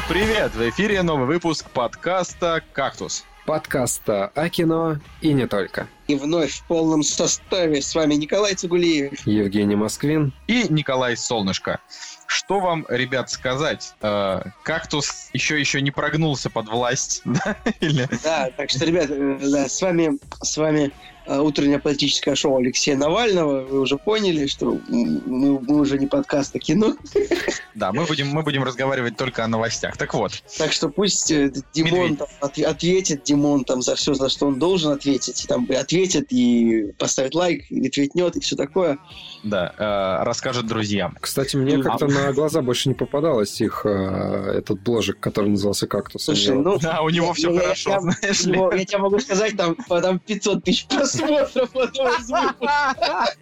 Привет! В эфире новый выпуск подкаста «Кактус». Подкаста о кино и не только. И вновь в полном составе с вами Николай Цугулиев, Евгений Москвин и Николай Солнышко. Что вам, ребят, сказать? «Кактус» еще не прогнулся под власть, да? Или... Да, так что, ребят, да, с вами утреннее политическое шоу Алексея Навального. Вы уже поняли, что мы уже не подкаст, а кино. Да, мы будем разговаривать только о новостях. Так вот. Так что пусть Димон там, ответит, там, за все, за что он должен ответить. Там, и ответит, и поставит лайк, и ретвитнет, и все такое. Да, расскажет друзьям. Кстати, мне как-то на глаза больше не попадалось их этот бложик, который назывался «Кактус». Слушай, у него все хорошо, знаешь ли. Я тебе могу сказать, там 500 тысяч просмотров одного из выпусков.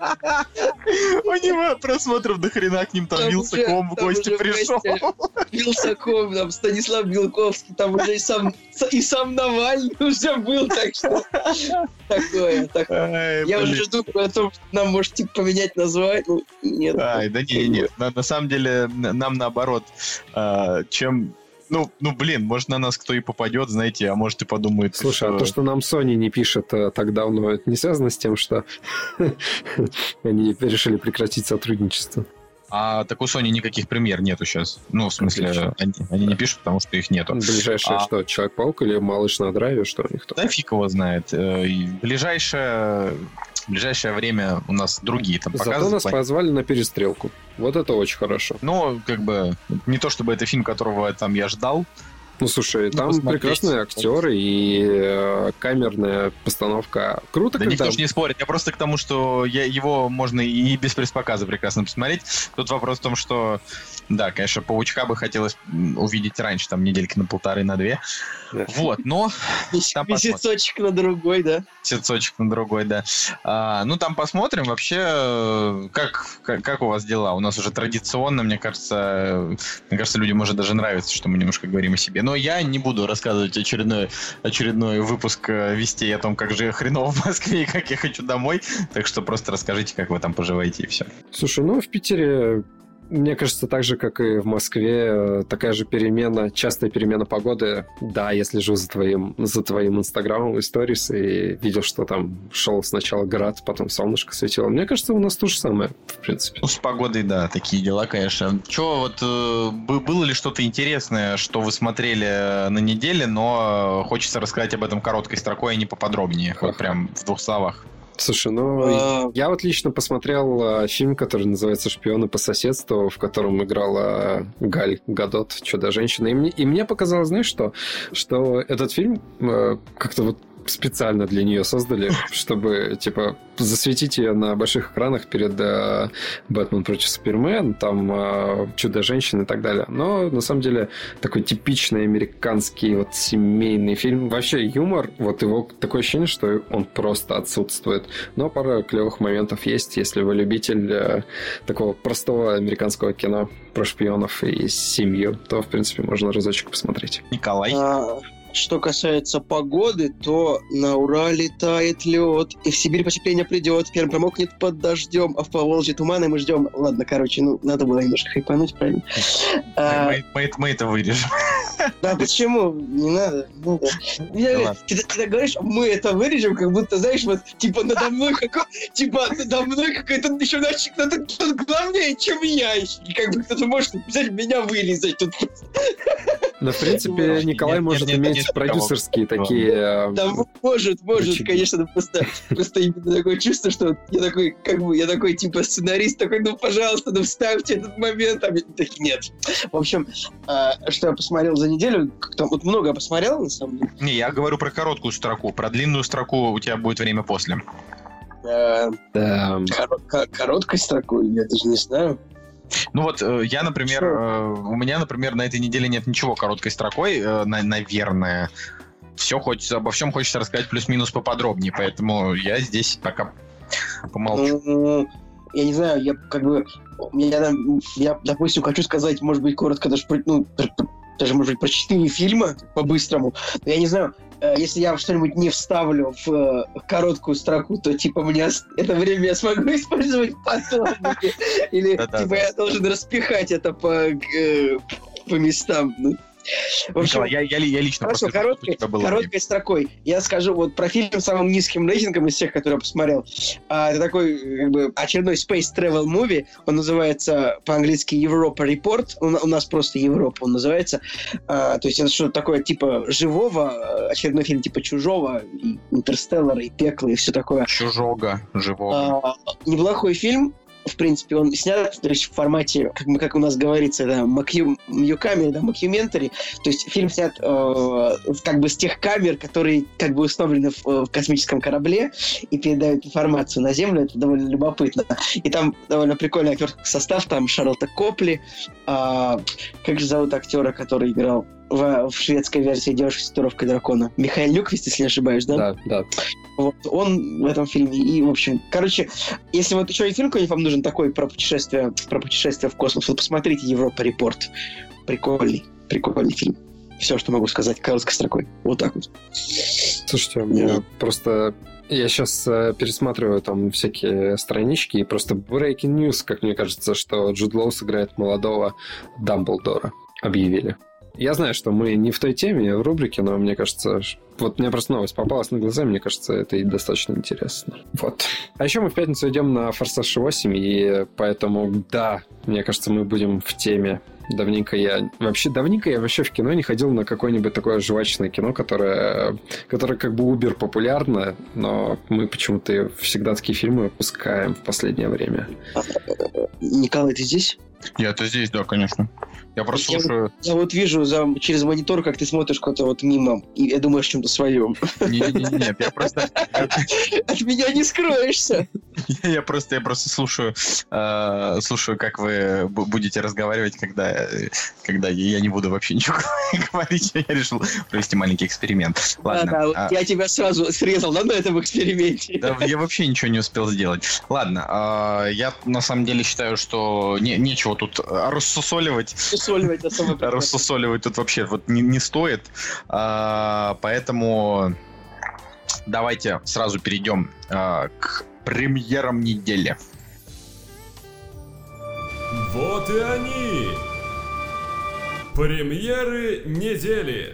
У него просмотров до хрена, к ним там Вилсаком в гости пришел. Вилсаком, там Станислав Белковский, там уже и сам Навальный уже был, так что такое. Я уже жду о том, что нам может поменять название. Ну, нет. Да нет. На самом деле, нам наоборот, чем... блин, может, на нас кто и попадет, знаете, а может и подумает... Слушай, а то, что нам Sony не пишет так давно, это не связано с тем, что они решили прекратить сотрудничество? А так у Sony никаких премьер нету сейчас. В смысле, они не пишут, потому что их нету. Ближайшее что, Человек-паук или Малыш на драйве, что у них там? Да фиг его знает. Ближайшее время у нас другие там показы. Зато нас позвали на перестрелку. Вот это очень хорошо. Не то чтобы это фильм, которого там я ждал. Слушай, там прекрасные актеры и камерная постановка. Круто, да никто же не спорит. Я просто к тому, что его можно и без пресс-показа прекрасно посмотреть. Тут вопрос в том, что, да, конечно, Паучка бы хотелось увидеть раньше, там, недельки на 1,5-2. Да. Вот, но... Месяцочек на другой, да? Месяцочек на другой, да. Там посмотрим. Вообще, как у вас дела? У нас уже традиционно, мне кажется, людям может даже нравится, что мы немножко говорим о себе. Но я не буду рассказывать очередной выпуск вестей о том, как же хреново в Москве и как я хочу домой. Так что просто расскажите, как вы там поживаете, и все. Слушай, в Питере, мне кажется, так же, как и в Москве, такая же частая перемена погоды. Да, я слежу за твоим инстаграмом и сторис, и видел, что там шел сначала град, потом солнышко светило. Мне кажется, у нас то же самое, в принципе. С погодой, да, такие дела, конечно. Было ли что-то интересное, что вы смотрели на неделе, но хочется рассказать об этом короткой строкой, а не поподробнее, вот прям в 2 словах? Слушай, я вот лично посмотрел фильм, который называется «Шпионы по соседству», в котором играла Галь Гадот, Чудо-женщина. И мне показалось, знаешь, что этот фильм как-то вот специально для нее создали, чтобы, засветить ее на больших экранах перед «Бэтмен против Супермена», там «Чудо-женщина» и так далее. Но, на самом деле, такой типичный американский семейный фильм. Вообще, юмор, его такое ощущение, что он просто отсутствует. Но пара клевых моментов есть. Если вы любитель такого простого американского кино про шпионов и семью, то, в принципе, можно разочек посмотреть. Николай? Что касается погоды, то на Урале тает лед, и в Сибирь потепление придет, Пермь промокнет под дождем, а в Поволжье туманы мы ждем. Ладно, надо было немножко хайпануть, правильно? Мы это вырежем. Да почему? Не надо. Ты так говоришь, мы это вырежем, как будто, знаешь, надо мной какой-то еще начик, кто-то главнее, чем я. И как бы кто-то может взять меня вырезать тут. Но, в принципе, Николай может иметь продюсерские такие... Да, может, конечно, просто именно такое чувство, что я такой, сценарист, такой, пожалуйста, вставьте этот момент, а такие, нет. В общем, что я посмотрел за неделю, там много посмотрел, на самом деле. Не, я говорю про короткую строку, про длинную строку у тебя будет время после. Короткой строкой, я даже не знаю. Я, например, у меня, например, на этой неделе нет ничего короткой строкой, наверное. Обо всем хочется рассказать плюс-минус поподробнее, поэтому я здесь пока помолчу. Я не знаю, я, допустим, хочу сказать, может быть, коротко, даже, может быть, про 4 фильма по-быстрому. Но я не знаю, если я что-нибудь не вставлю в короткую строку, то, мне это время я смогу использовать потом. Или, я должен распихать это по местам. В общем, Николай, я лично хорошо, короткой строкой. Я скажу вот про фильм с самым низким рейтингом из всех, которые я посмотрел. Это такой как бы очередной Space Travel Movie. Он называется по-английски Европа Report. У нас просто Европа он называется. То есть это что-то такое типа живого, очередной фильм типа Чужого, и Интерстеллара, и Пекла, и все такое. Чужого, живого. Неплохой фильм. В принципе, он снят, то есть в формате, как у нас говорится, да, мокюментари, да, мокюментари. То есть фильм снят как бы с тех камер, которые как бы установлены в космическом корабле и передают информацию на Землю. Это довольно любопытно. И там довольно прикольный актерский состав. Там Шарлотта Копли. Как же зовут актера, который играл в шведской версии «Девушка с татуировкой дракона»? Михаил Люквист, если не ошибаюсь, да? Да. Вот, он в этом фильме. И, в общем, короче, если вот еще и фильм какой-нибудь вам нужен такой про путешествие в космос, вот посмотрите «Европа Репорт». Прикольный фильм. Все, что могу сказать короткой строкой. Вот так вот. Слушайте, у меня просто... Я сейчас пересматриваю там всякие странички, и просто breaking news, как мне кажется, что Джуд Лоу сыграет молодого Дамблдора. Объявили. Я знаю, что мы не в той теме в рубрике, но мне кажется, вот мне просто новость попалась на глаза, мне кажется, это и достаточно интересно. Вот. А еще мы в пятницу идем на «Форсаж 8», и поэтому, да, мне кажется, мы будем в теме. Давненько я вообще в кино не ходил на какое-нибудь такое жвачное кино, которое как бы убер популярно, но мы почему-то всегда такие фильмы выпускаем в последнее время. Николай, ты здесь? Я-то здесь, да, конечно. Я просто слушаю... Я вот вижу через монитор, как ты смотришь куда-то вот мимо, и я думаю о чем-то своем. Нет, я просто... От меня не скроешься. Я просто слушаю, как вы будете разговаривать, когда я не буду вообще ничего говорить. Я решил провести маленький эксперимент. Ладно. Да, я тебя сразу срезал, на этом эксперименте. Да, я вообще ничего не успел сделать. Ладно, я на самом деле считаю, что нечего тут рассусоливать. Рассусоливать тут вообще вот не стоит. Поэтому давайте сразу перейдем к премьерам недели. Вот и они! Премьеры недели!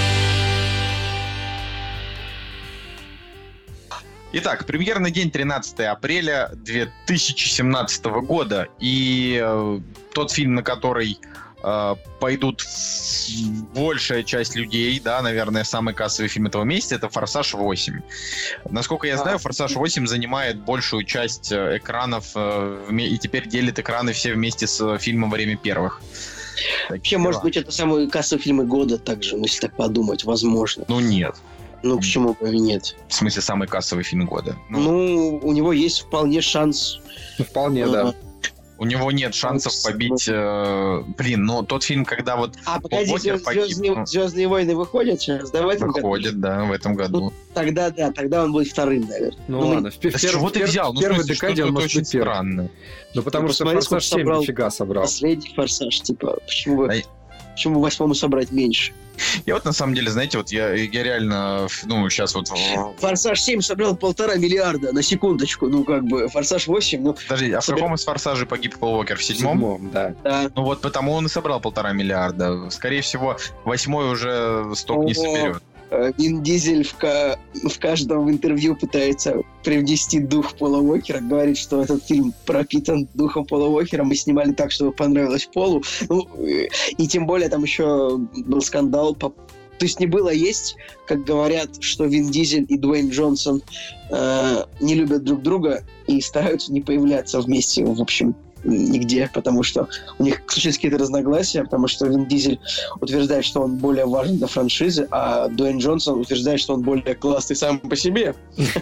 Итак, премьерный день 13 апреля 2017 года. И тот фильм, на который пойдут большая часть людей, да, наверное, самый кассовый фильм этого месяца, это «Форсаж 8». Насколько я знаю, «Форсаж 8» занимает большую часть экранов и теперь делит экраны все вместе с фильмом «Время первых». Вообще, может быть, это самые кассовые фильмы года также, если так подумать, возможно. Ну, нет. Ну, почему бы и нет? В смысле, самый кассовый фильм года? Ну, у него есть вполне шанс. Вполне, да. У него нет шансов побить... но тот фильм, когда вот... Погоди, «Звездные войны» выходят сейчас? Да, в этом году? Выходят, да, в этом году. Ну, тогда он будет вторым, наверное. Ну ладно, в первой декаде он может быть странно. Ну, потому что «Форсаж 7» нифига собрал. Последний «Форсаж», типа, почему 8-му собрать меньше? Я вот на самом деле, знаете, вот я реально, сейчас вот... «Форсаж 7» собрал 1,5 миллиарда, на секундочку, «Форсаж 8», Подожди, а в каком из «Форсажей» погиб Пол Уокер? В 7-м? Да. Ну вот потому он и собрал 1,5 миллиарда. Скорее всего, 8-й уже столько не соберет. Вин Дизель в каждом интервью пытается привнести дух Пола Уокера, говорит, что этот фильм пропитан духом Пола Уокера, мы снимали так, чтобы понравилось Полу. И тем более там еще был скандал. То есть не было есть, как говорят, что Вин Дизель и Дуэйн Джонсон не любят друг друга и стараются не появляться вместе, в общем, нигде, потому что у них случились какие-то разногласия, потому что Вин Дизель утверждает, что он более важен для франшизы, а Дуэйн Джонсон утверждает, что он более классный сам по себе.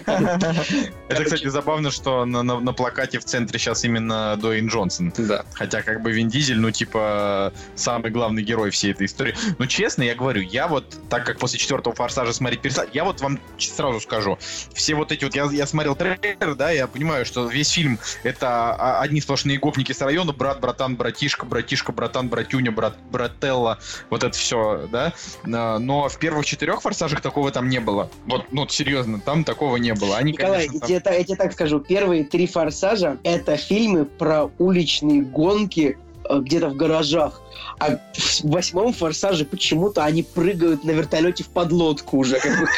Это, кстати, забавно, что на плакате в центре сейчас именно Дуэйн Джонсон. Да. Хотя как бы Вин Дизель, самый главный герой всей этой истории. Но честно, я говорю, я вот, так как после 4-го «Форсажа» смотреть перестал, я вот вам сразу скажу, все вот эти вот, я смотрел трейлер, да, я понимаю, что весь фильм это одни сплошные гопники с района, брат, братан, братишка, братан, братюня, брателла, вот это все, да. Но в первых 4 «Форсажах» такого там не было. Вот, серьезно, там такого не было. Они, Николай, конечно, я тебе так скажу, первые 3 «Форсажа» — это фильмы про уличные гонки где-то в гаражах. А в 8-м «Форсаже» почему-то они прыгают на вертолете в подлодку уже.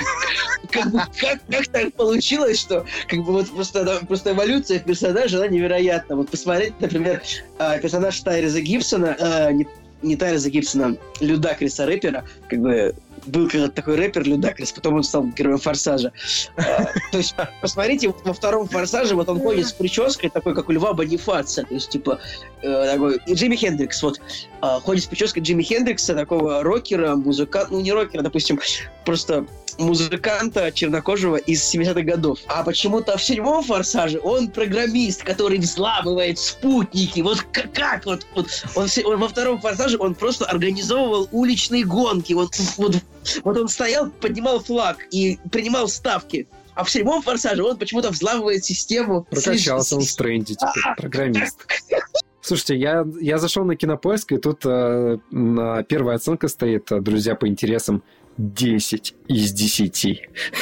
Как так получилось, что как бы вот просто эволюция персонажа, она невероятна. Вот посмотреть, например, персонаж Тайреса Гибсона, не Тайреса Гибсона, Людакриса рэпера, как бы был когда-то такой рэпер Людакрис, потом он стал героем «Форсажа». То есть, посмотрите, во 2-м «Форсаже» вот он ходит с прической, такой, как у Льва Бонифация, то есть, типа, такой, и Джимми Хендрикс, вот, ходит с прической Джимми Хендрикса, такого рокера, музыканта, ну, не рокера, допустим, просто музыканта чернокожего из 70-х годов. А почему-то в 7-м «Форсаже» он программист, который взламывает спутники. Вот как? Вот он во 2-м «Форсаже» он просто организовывал уличные гонки. Вот он стоял, поднимал флаг и принимал ставки. А в 7-м «Форсаже» он почему-то взламывает систему. Прокачался он в тренде теперь, программист. Слушайте, я зашел на Кинопоиск, и тут первая оценка стоит, друзья по интересам, 10 из 10.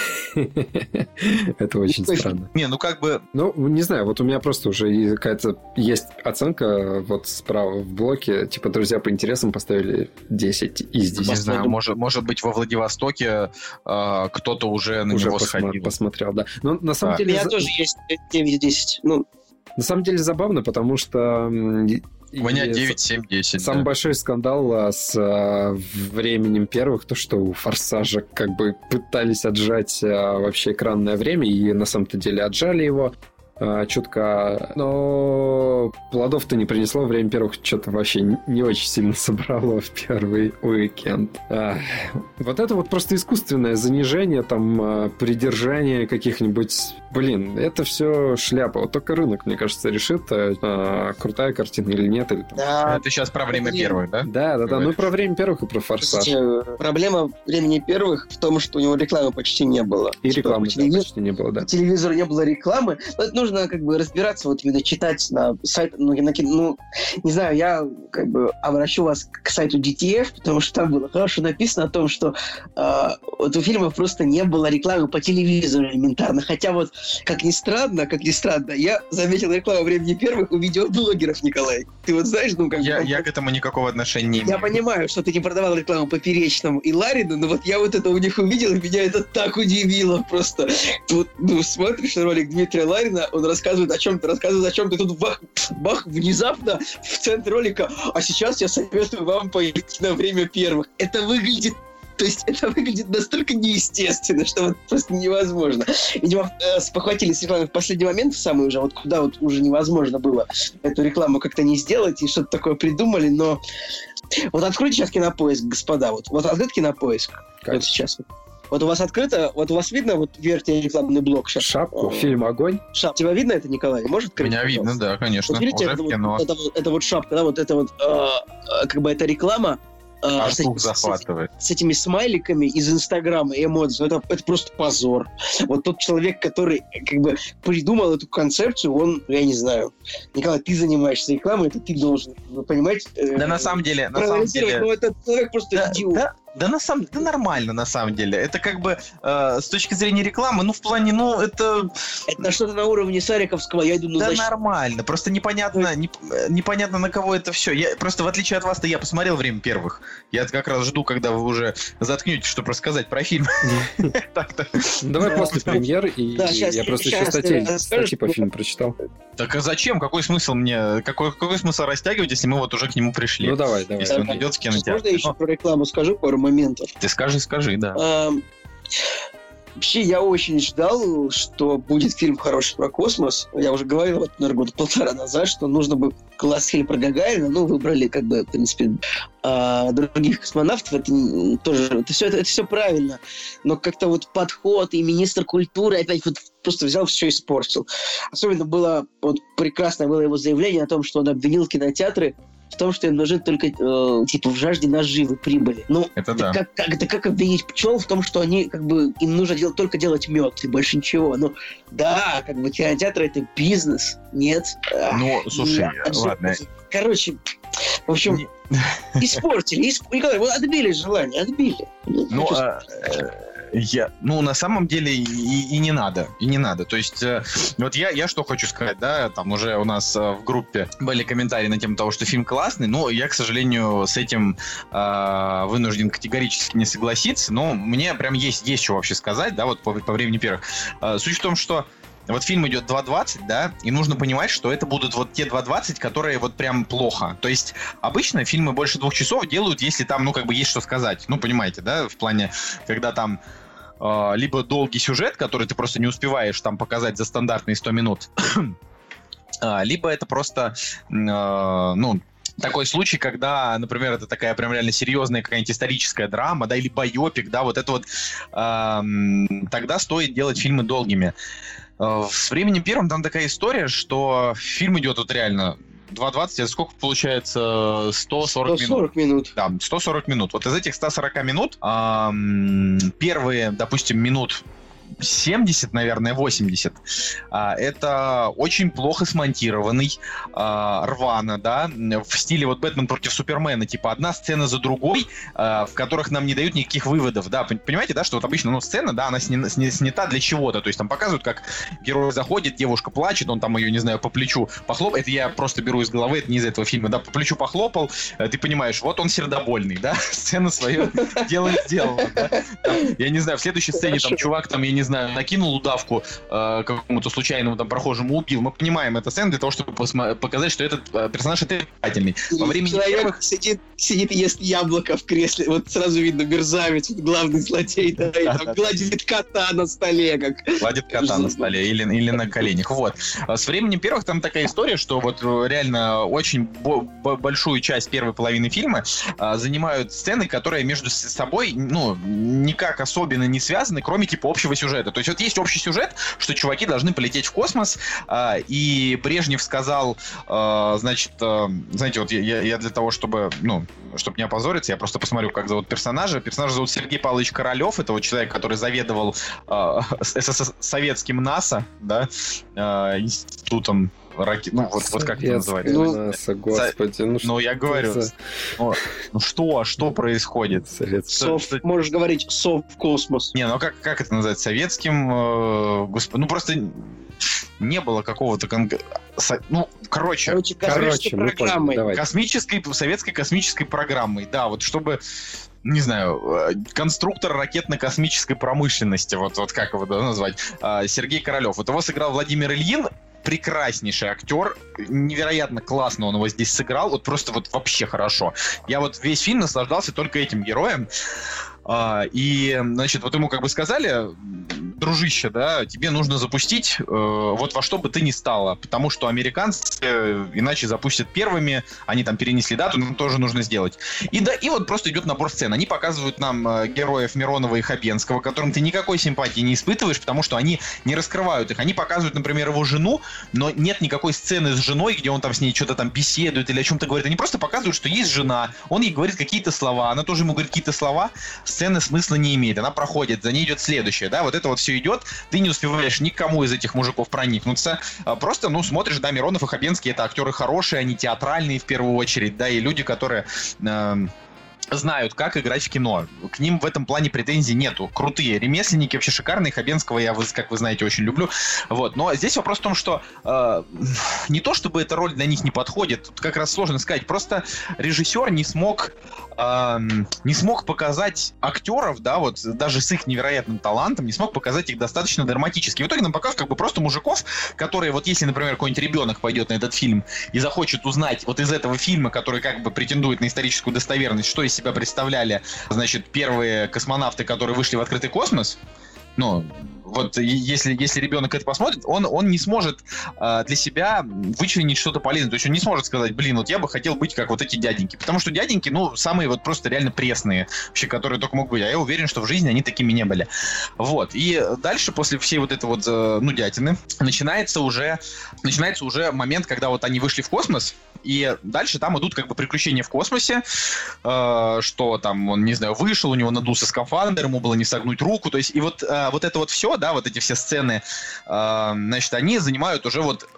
Это очень странно. Не, ну как бы... Ну, не знаю, вот у меня просто уже какая-то есть оценка вот справа в блоке, типа, друзья по интересам поставили 10 из 10. Не знаю, может быть, во Владивостоке кто-то уже на него сходил. Посмотрел, да. Но на самом деле... У меня тоже есть 9 из 10. Ну, на самом деле забавно, потому что... У меня 9, 7, 10. Самый большой скандал с временем первых, то, что у «Форсажа» как бы пытались отжать вообще экранное время, и на самом-то деле отжали его чутко, но плодов-то не принесло. Время первых что-то вообще не очень сильно собрало в первый уикенд. Вот это вот просто искусственное занижение, там, придержание каких-нибудь... Блин, это все шляпа. Вот только рынок, мне кажется, решит, крутая картина или нет. Или там... Да. Это сейчас про время первых, да? Да. Ну и про время первых, и про «Форсаж». Проблема времени первых в том, что у него рекламы почти не было. И рекламы почти не было, да. По телевизору не было рекламы. Но это нужно как бы разбираться, вот именно читать на сайте, ну, не знаю, я как бы обращу вас к сайту DTF, потому что там было хорошо написано о том, что вот у фильмов просто не было рекламы по телевизору элементарно. Хотя вот, как ни странно, я заметил рекламу времени первых у видеоблогеров, Николай. Ты вот знаешь, ну как я к этому никакого отношения не имею. Я понимаю, что ты не продавал рекламу Поперечному и Ларину, но вот я вот это у них увидел, и меня это так удивило просто. Вот, смотришь на ролик Дмитрия Ларина, он рассказывает о чем-то, тут бах, внезапно в центре ролика, а сейчас я советую вам пойти на время первых. Это выглядит настолько неестественно, что вот просто невозможно. Видимо, спохватились с рекламой в последний момент, в самый уже, вот куда вот уже невозможно было эту рекламу как-то не сделать, и что-то такое придумали, но... Вот откройте сейчас Кинопоиск, господа, вот открыт Кинопоиск. Как? Вот сейчас. Вот у вас открыто, вот у вас видно вот верхний рекламный блок сейчас? Шапку, фильм «Огонь». Шапка. Тебя видно это, Николай? Может открыть? Меня видно, да, конечно. Вот видите, это вот шапка, да, вот это вот, как бы это реклама, аж дух захватывает. С этими смайликами из Инстаграма и эмодзи. Это просто позор. Вот тот человек, который как бы придумал эту концепцию, он, я не знаю, Николай, ты занимаешься рекламой, это ты должен, вы понимаете? Да на самом деле... Ну, этот человек просто идиот. Да нормально, на самом деле. Это как бы с точки зрения рекламы, в плане, это... Это что-то на уровне Сариковского, я иду на защиту. Да нормально, просто непонятно на кого это все. Я просто, в отличие от вас-то, я посмотрел «Время первых». Я как раз жду, когда вы уже заткнетесь, чтобы рассказать про фильм. Давай после премьеры, и я просто еще статьи по фильму прочитал. Так а зачем? Какой смысл растягивать, если мы вот уже к нему пришли? Ну давай. Если он идет в кинотеатр. Можно я еще про рекламу скажу пару моментов? Ты скажи, да. Вообще, я очень ждал, что будет фильм хороший про космос. Я уже говорил, наверное, года полтора назад, что нужно бы класс фильм про Гагарина. Выбрали, как бы, в принципе, других космонавтов. Это тоже, это все правильно. Но как-то вот подход и министр культуры опять вот просто взял все и испортил. Особенно было прекрасное было его заявление о том, что он обвинил кинотеатры в том, что им нужны только в жажде наживы, прибыли. Это да. Как обвинить пчел в том, что они им нужно только делать мед и больше ничего. Да, кинотеатры это бизнес. Нет. Слушай, ладно. Короче, в общем, испортили. Николай, отбили желание, отбили. на самом деле и не надо, То есть, вот я что хочу сказать, да, там уже у нас в группе были комментарии на тему того, что фильм классный, но я, к сожалению, с этим вынужден категорически не согласиться, но мне прям есть что вообще сказать, да, вот по времени первых. Суть в том, что вот фильм идет 2:20, да, и нужно понимать, что это будут вот те 2:20, которые вот прям плохо. То есть обычно фильмы больше 2 часов делают, если там, есть что сказать. Ну, понимаете, да, в плане, когда там либо долгий сюжет, который ты просто не успеваешь там показать за стандартные 100 минут, либо это просто, такой случай, когда, например, это такая прям реально серьезная какая-нибудь историческая драма, да, или байопик, да, вот это вот, тогда стоит делать фильмы долгими. С «Временем первым» там такая история, что фильм идет вот реально 2:20, это сколько получается? 140 минут. Да, 140 минут. Вот из этих 140 минут первые, допустим, минут 70, наверное, 80. Это очень плохо смонтированный, рвано, да, в стиле вот «Бэтмен против Супермена», типа одна сцена за другой, в которых нам не дают никаких выводов, да, понимаете, да, что вот обычно, сцена, да, она снята для чего-то, то есть там показывают, как герой заходит, девушка плачет, он там ее, не знаю, по плечу похлопал, это я просто беру из головы, это не из этого фильма, да, по плечу похлопал, ты понимаешь, вот он сердобольный, да, сцена свое дело сделала, да, там, я не знаю, в следующей сцене там чувак, там, я не знаю, накинул удавку какому-то случайному там прохожему, убил. Мы понимаем эту сцену для того, чтобы показать, что этот персонаж отрицательный. Во времени человек первых... сидит и ест яблоко в кресле. Вот сразу видно мерзавец, главный злодей, да, и там гладит кота на столе. Гладит кота на столе или на коленях. Вот. С временем первых там такая история, что вот реально очень большую часть первой половины фильма занимают сцены, которые между собой, никак особенно не связаны, кроме типа общего сюжета. То есть вот есть общий сюжет, что чуваки должны полететь в космос, и Брежнев сказал, знаете, вот я для того, чтобы не опозориться, я просто посмотрю, как зовут персонажа. Персонаж зовут Сергей Павлович Королев, это вот человек, который заведовал советским НАСА, да, институтом ракет, вот как это называется? НАСА, господи, я говорю, что происходит? Можешь говорить Совкосмос. Не, как это называется? Советским, господи, просто не было какого-то космической программой. Советской космической программой, да, вот чтобы, не знаю, конструктор ракетно-космической промышленности, вот как его назвать, Сергей Королев. Вот его сыграл Владимир Ильин, прекраснейший актер, невероятно классно он его здесь сыграл, вот просто вот вообще хорошо. Я вот весь фильм наслаждался только этим героем. И, значит, вот ему как бы сказали: дружище, да, тебе нужно запустить вот во что бы ты ни стало, потому что американцы иначе запустят первыми, они там перенесли дату, нам тоже нужно сделать. И вот просто идет набор сцен. Они показывают нам героев Миронова и Хабенского, которым ты никакой симпатии не испытываешь, потому что они не раскрывают их. Они показывают, например, его жену, но нет никакой сцены с женой, где он там с ней что-то там беседует или о чем-то говорит. Они просто показывают, что есть жена, он ей говорит какие-то слова, она тоже ему говорит какие-то слова, сцены смысла не имеет, она проходит, за ней идет следующая, да, вот это вот все идет, ты не успеваешь никому из этих мужиков проникнуться, просто, смотришь, да, Миронов и Хабенский — это актеры хорошие, они театральные в первую очередь, да, и люди, которые знают, как играть в кино. К ним в этом плане претензий нету. Крутые ремесленники, вообще шикарные. Хабенского я, как вы знаете, очень люблю. Вот. Но здесь вопрос в том, что не то, чтобы эта роль для них не подходит, тут как раз сложно сказать. Просто режиссер не смог показать актеров, да, вот даже с их невероятным талантом, не смог показать их достаточно драматически. В итоге нам показывают как бы просто мужиков, которые, вот если, например, какой-нибудь ребенок пойдет на этот фильм и захочет узнать вот из этого фильма, который как бы претендует на историческую достоверность, что из себя представляли, значит, первые космонавты, которые вышли в открытый космос, вот если ребенок это посмотрит, он не сможет для себя вычленить что-то полезное. То есть он не сможет сказать: блин, вот я бы хотел быть как вот эти дяденьки. Потому что дяденьки, самые вот просто реально пресные, вообще, которые только могут быть. А я уверен, что в жизни они такими не были. Вот. И дальше, после всей вот этой вот, дятины, начинается уже момент, когда вот они вышли в космос, и дальше там идут как бы приключения в космосе, что там он, не знаю, вышел, у него надулся скафандр, ему было не согнуть руку. То есть, и вот это вот все, да, вот эти все сцены, значит, они занимают уже вот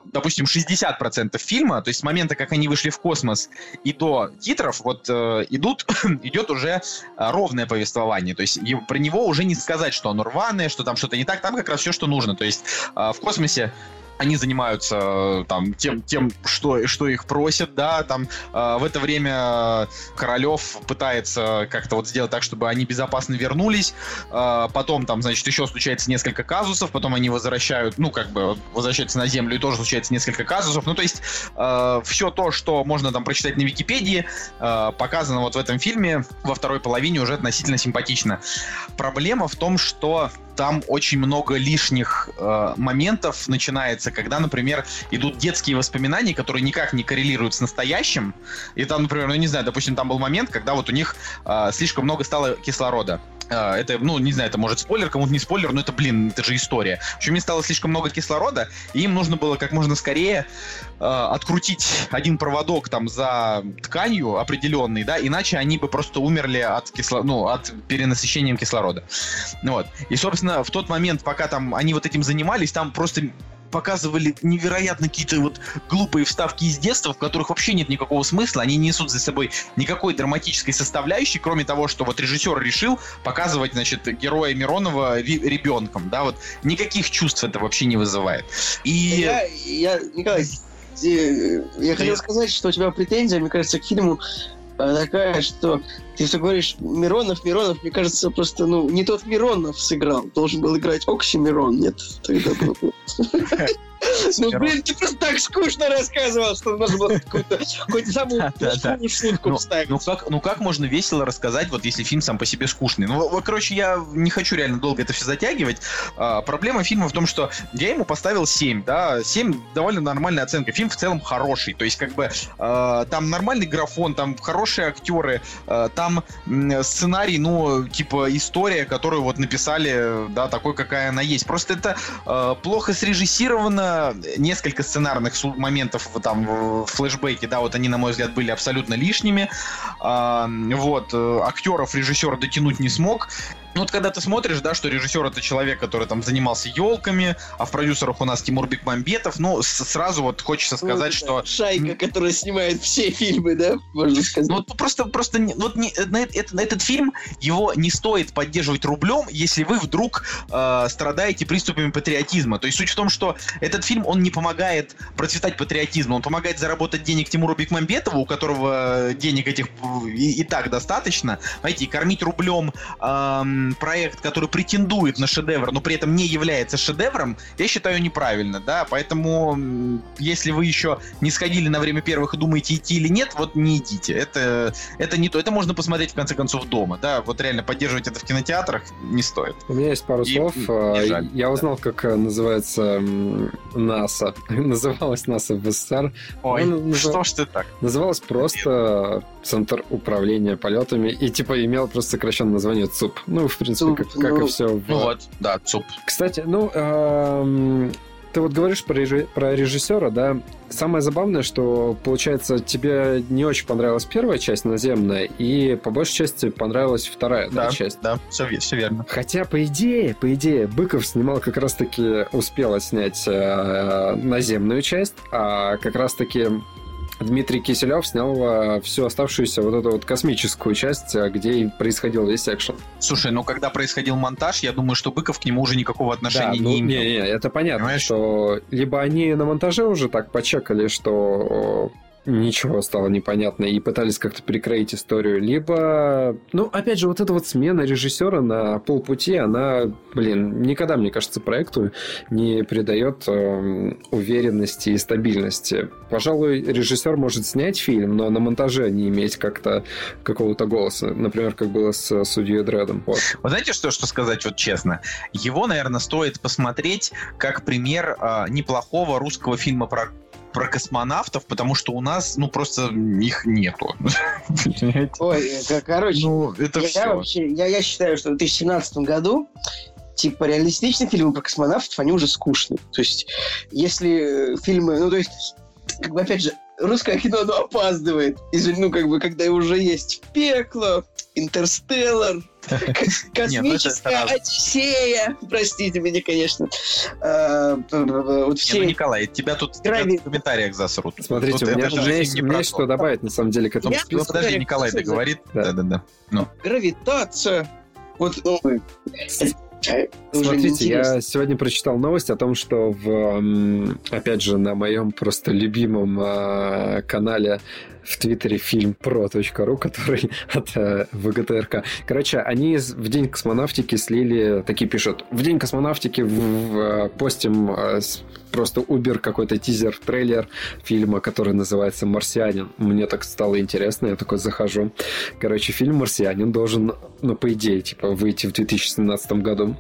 допустим, 60% фильма, то есть с момента, как они вышли в космос и до титров, вот идет уже ровное повествование. То есть про него уже не сказать, что оно рваное, что там что-то не так, там как раз все, что нужно. То есть в космосе они занимаются там тем, что их просят, да, там в это время Королев пытается как-то вот сделать так, чтобы они безопасно вернулись, потом там, значит, еще случается несколько казусов, потом они возвращаются на Землю, и тоже случается несколько казусов, ну, то есть все то, что можно там прочитать на Википедии, показано вот в этом фильме во второй половине уже относительно симпатично. Проблема в том, что там очень много лишних моментов начинается, когда, например, идут детские воспоминания, которые никак не коррелируют с настоящим. И там, например, не знаю, допустим, там был момент, когда вот у них слишком много стало кислорода. Это, не знаю, это может спойлер, кому-то не спойлер, но это же история. В общем, им стало слишком много кислорода, и им нужно было как можно скорее открутить один проводок там за тканью определенный, да, иначе они бы просто умерли от перенасыщения кислорода. Вот. И, собственно, в тот момент, пока там они вот этим занимались, там просто показывали невероятно какие-то вот глупые вставки из детства, в которых вообще нет никакого смысла, они не несут за собой никакой драматической составляющей, кроме того, что вот режиссер решил показывать, значит, героя Миронова ребенком, да, вот никаких чувств это вообще не вызывает. И... Николай, я хотел сказать, что у тебя претензия, мне кажется, к фильму такая, что ты все говоришь Миронов, мне кажется, просто, не тот Миронов сыграл. Должен был играть Оксимирон. Нет, тогда было. Ты просто так скучно рассказывал, что нужно было какую-то самую плохую шутку вставить. Как можно весело рассказать, вот если фильм сам по себе скучный? Короче, я не хочу реально долго это все затягивать. Проблема фильма в том, что я ему поставил 7, да, 7 довольно нормальная оценка. Фильм в целом хороший, то есть там нормальный графон, там хорошие актеры, там сценарий, история, которую вот написали, да, такой, какая она есть. Просто это плохо срежиссировано, несколько сценарных моментов там в флешбеке, да, вот они, на мой взгляд, были абсолютно лишними. Актеров режиссер дотянуть не смог. Вот когда ты смотришь, да, что режиссер — это человек, который там занимался елками, а в продюсерах у нас Тимур Бекмамбетов, сразу вот хочется сказать, что... Шайка, которая снимает все фильмы, да, можно сказать. Этот фильм, его не стоит поддерживать рублем, если вы вдруг страдаете приступами патриотизма. То есть суть в том, что этот фильм, он не помогает процветать патриотизму, он помогает заработать денег Тимуру Бекмамбетову, у которого денег этих и так достаточно, знаете, и кормить рублем проект, который претендует на шедевр, но при этом не является шедевром, я считаю неправильно, да, поэтому если вы еще не сходили на время первых и думаете, идти или нет, вот не идите, это не то, это можно посмотреть в конце концов дома, да, вот реально поддерживать это в кинотеатрах не стоит. У меня есть пару слов, я узнал, как называется НАСА, называлась НАСА в СССР. Ой, что ж ты так? Называлась просто Центр управления полетами и имел просто сокращенное название ЦУП. В принципе, как и все. ЦУП. Кстати, ты вот говоришь про режиссера, да? Самое забавное, что, получается, тебе не очень понравилась первая часть «Наземная», и по большей части понравилась вторая часть. Да, все верно. Хотя, по идее, Быков снимал как раз-таки, успел снять «Наземную» часть, а как раз-таки Дмитрий Киселев снял всю оставшуюся вот эту вот космическую часть, где и происходил весь экшен. Слушай, когда происходил монтаж, я думаю, что Быков к нему уже никакого отношения не имел. Не, это понятно, понимаешь? Что либо они на монтаже уже так почекали, что ничего стало непонятно и пытались как-то перекроить историю, либо... опять же, вот эта вот смена режиссера на полпути, она, никогда, мне кажется, проекту не придает уверенности и стабильности. Пожалуй, режиссер может снять фильм, но на монтаже не иметь как-то какого-то голоса. Например, как было с «Судьей Дреддом». Вот знаете, что сказать вот честно? Его, наверное, стоит посмотреть как пример неплохого русского фильма про космонавтов, потому что у нас, просто их нету. Ой, короче, это все. Я считаю, что в 2017 году реалистичные фильмы про космонавтов, они уже скучные. То есть, если фильмы, опять же, русское кино, опаздывает. Когда уже есть «Пекло», «Интерстеллар», Космическая Одиссея. Простите меня, конечно. Вот все... Николай, тебя тут в комментариях засрут. Смотрите, у меня есть что добавить, на самом деле, к этому списку. Подожди, Николай договорит. Да. Гравитация. Вот, смотрите, я сегодня прочитал новость о том, что опять же, на моем просто любимом канале в Твиттере filmpro.ru, который от ВГТРК. Короче, они в День космонавтики слили, такие пишут, в День космонавтики постим просто убер какой-то тизер-трейлер фильма, который называется «Марсианин». Мне так стало интересно, я такой захожу. Короче, фильм «Марсианин» должен, по идее, выйти в 2017 году.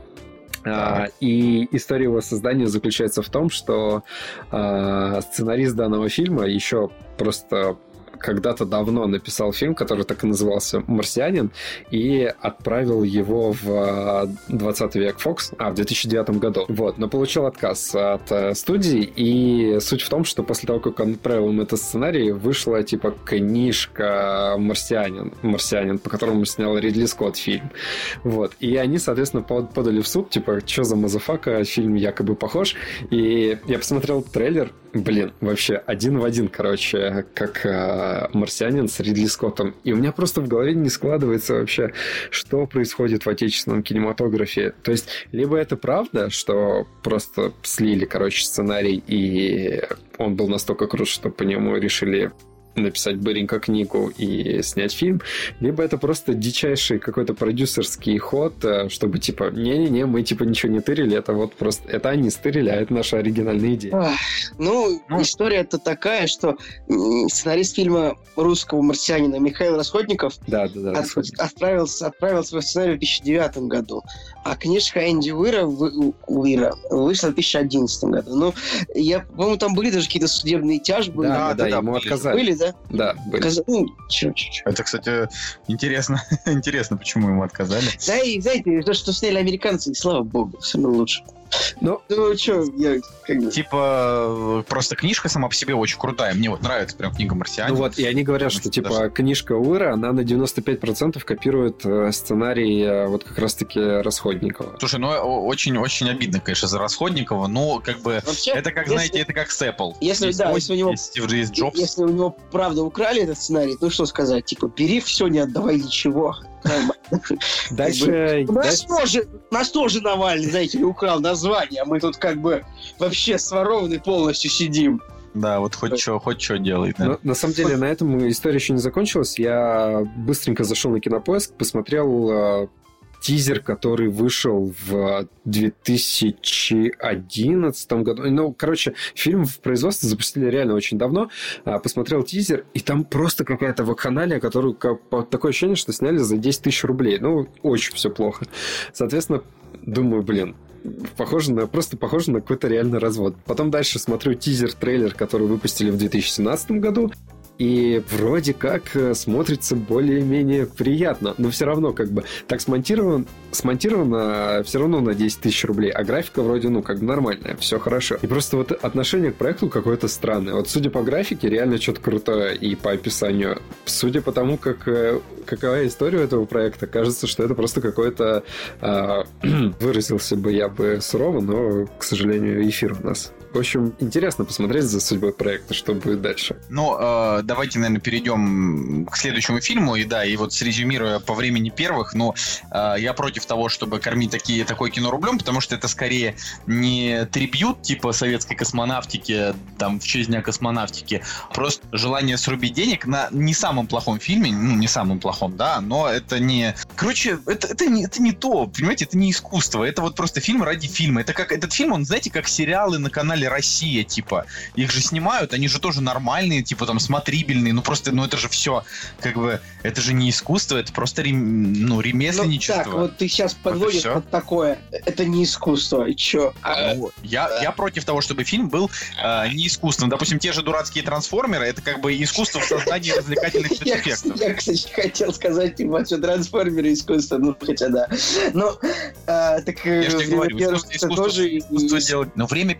И история его создания заключается в том, что сценарист данного фильма еще просто когда-то давно написал фильм, который так и назывался «Марсианин», и отправил его в 20 век Fox, в 2009 году. Вот, но получил отказ от студии, и суть в том, что после того, как он отправил им этот сценарий, вышла книжка «Марсианин», по которому снял Ридли Скотт фильм. Вот, и они, соответственно, подали в суд, что за мазафака, фильм якобы похож, и я посмотрел трейлер, вообще один в один, как «Марсианин» с Ридли Скоттом. И у меня просто в голове не складывается вообще, что происходит в отечественном кинематографе. То есть, либо это правда, что просто слили, сценарий, и он был настолько крут, что по нему решили написать быренько книгу и снять фильм, либо это просто дичайший какой-то продюсерский ход, чтобы не-не-не, мы ничего не тырили, это вот просто, это они стырили, а это наша оригинальная идея. История-то такая, что сценарист фильма русского «Марсианина» Михаил Расходников отправил свой сценарий в 2009 году, а книжка Энди Уира вышла в 2011 году. По-моему, там были даже какие-то судебные тяжбы. Да, ему отказали. Были, да? Да, были. Это, кстати, интересно. Интересно, почему ему отказали. Да, и знаете, то, что сняли американцы, и слава богу, все равно лучше. Просто книжка сама по себе очень крутая. Мне нравится прям книга «Марсианин». И они говорят, что книжка Уира, она на 95% копирует сценарий как раз-таки Расходникова. Слушай, очень-очень обидно, конечно, за Расходникова, но вообще, это как, знаете, это как с Apple. Если у него правда украли этот сценарий, то что сказать? Бери все, не отдавай ничего. Дальше... Нас тоже Навальный, знаете ли, украл название, а мы тут вообще сворованные полностью сидим. Да, вот хоть что делает. Да. На самом деле, на этом история еще не закончилась. Я быстренько зашел на Кинопоиск, посмотрел тизер, который вышел в 2011 году. Фильм в производстве запустили реально очень давно. Посмотрел тизер, и там просто какая-то вакханалия, которую такое ощущение, что сняли за 10 тысяч рублей. Очень все плохо. Соответственно, думаю, похоже на какой-то реальный развод. Потом дальше смотрю тизер-трейлер, который выпустили в 2017 году. И вроде как смотрится более-менее приятно. Но все равно так смонтировано все равно на 10 тысяч рублей. А графика вроде, нормальная, все хорошо. И просто отношение к проекту какое-то странное. Судя по графике, реально что-то крутое и по описанию. Судя по тому, какова история этого проекта, кажется, что это просто какой-то... выразился бы я сурово, но, к сожалению, эфир у нас. В общем, интересно посмотреть за судьбой проекта, что будет дальше. Давайте, наверное, перейдем к следующему фильму. И срезюмируя по времени первых, я против того, чтобы кормить такое кино рублем, потому что это скорее не трибьют типа советской космонавтики, в честь Дня космонавтики, просто желание срубить денег на не самом плохом фильме, не самом плохом, да, но это не... Короче, это не то, понимаете, это не искусство, это просто фильм ради фильма. Это как этот фильм, он, знаете, как сериалы на канале «Россия», их же снимают, они же тоже нормальные, смотрибельные, это же все, это же не искусство, это просто ремесленничество. Так, вот ты сейчас подводишь под такое, это не искусство, и чё? Я против того, чтобы фильм был не искусством. Допустим, те же дурацкие трансформеры, это искусство в создании развлекательных спецэффектов. Я, кстати, хотел сказать, что трансформеры искусство, хотя да. Я же тебе говорю, искусство делать. Но время первое, понимаете,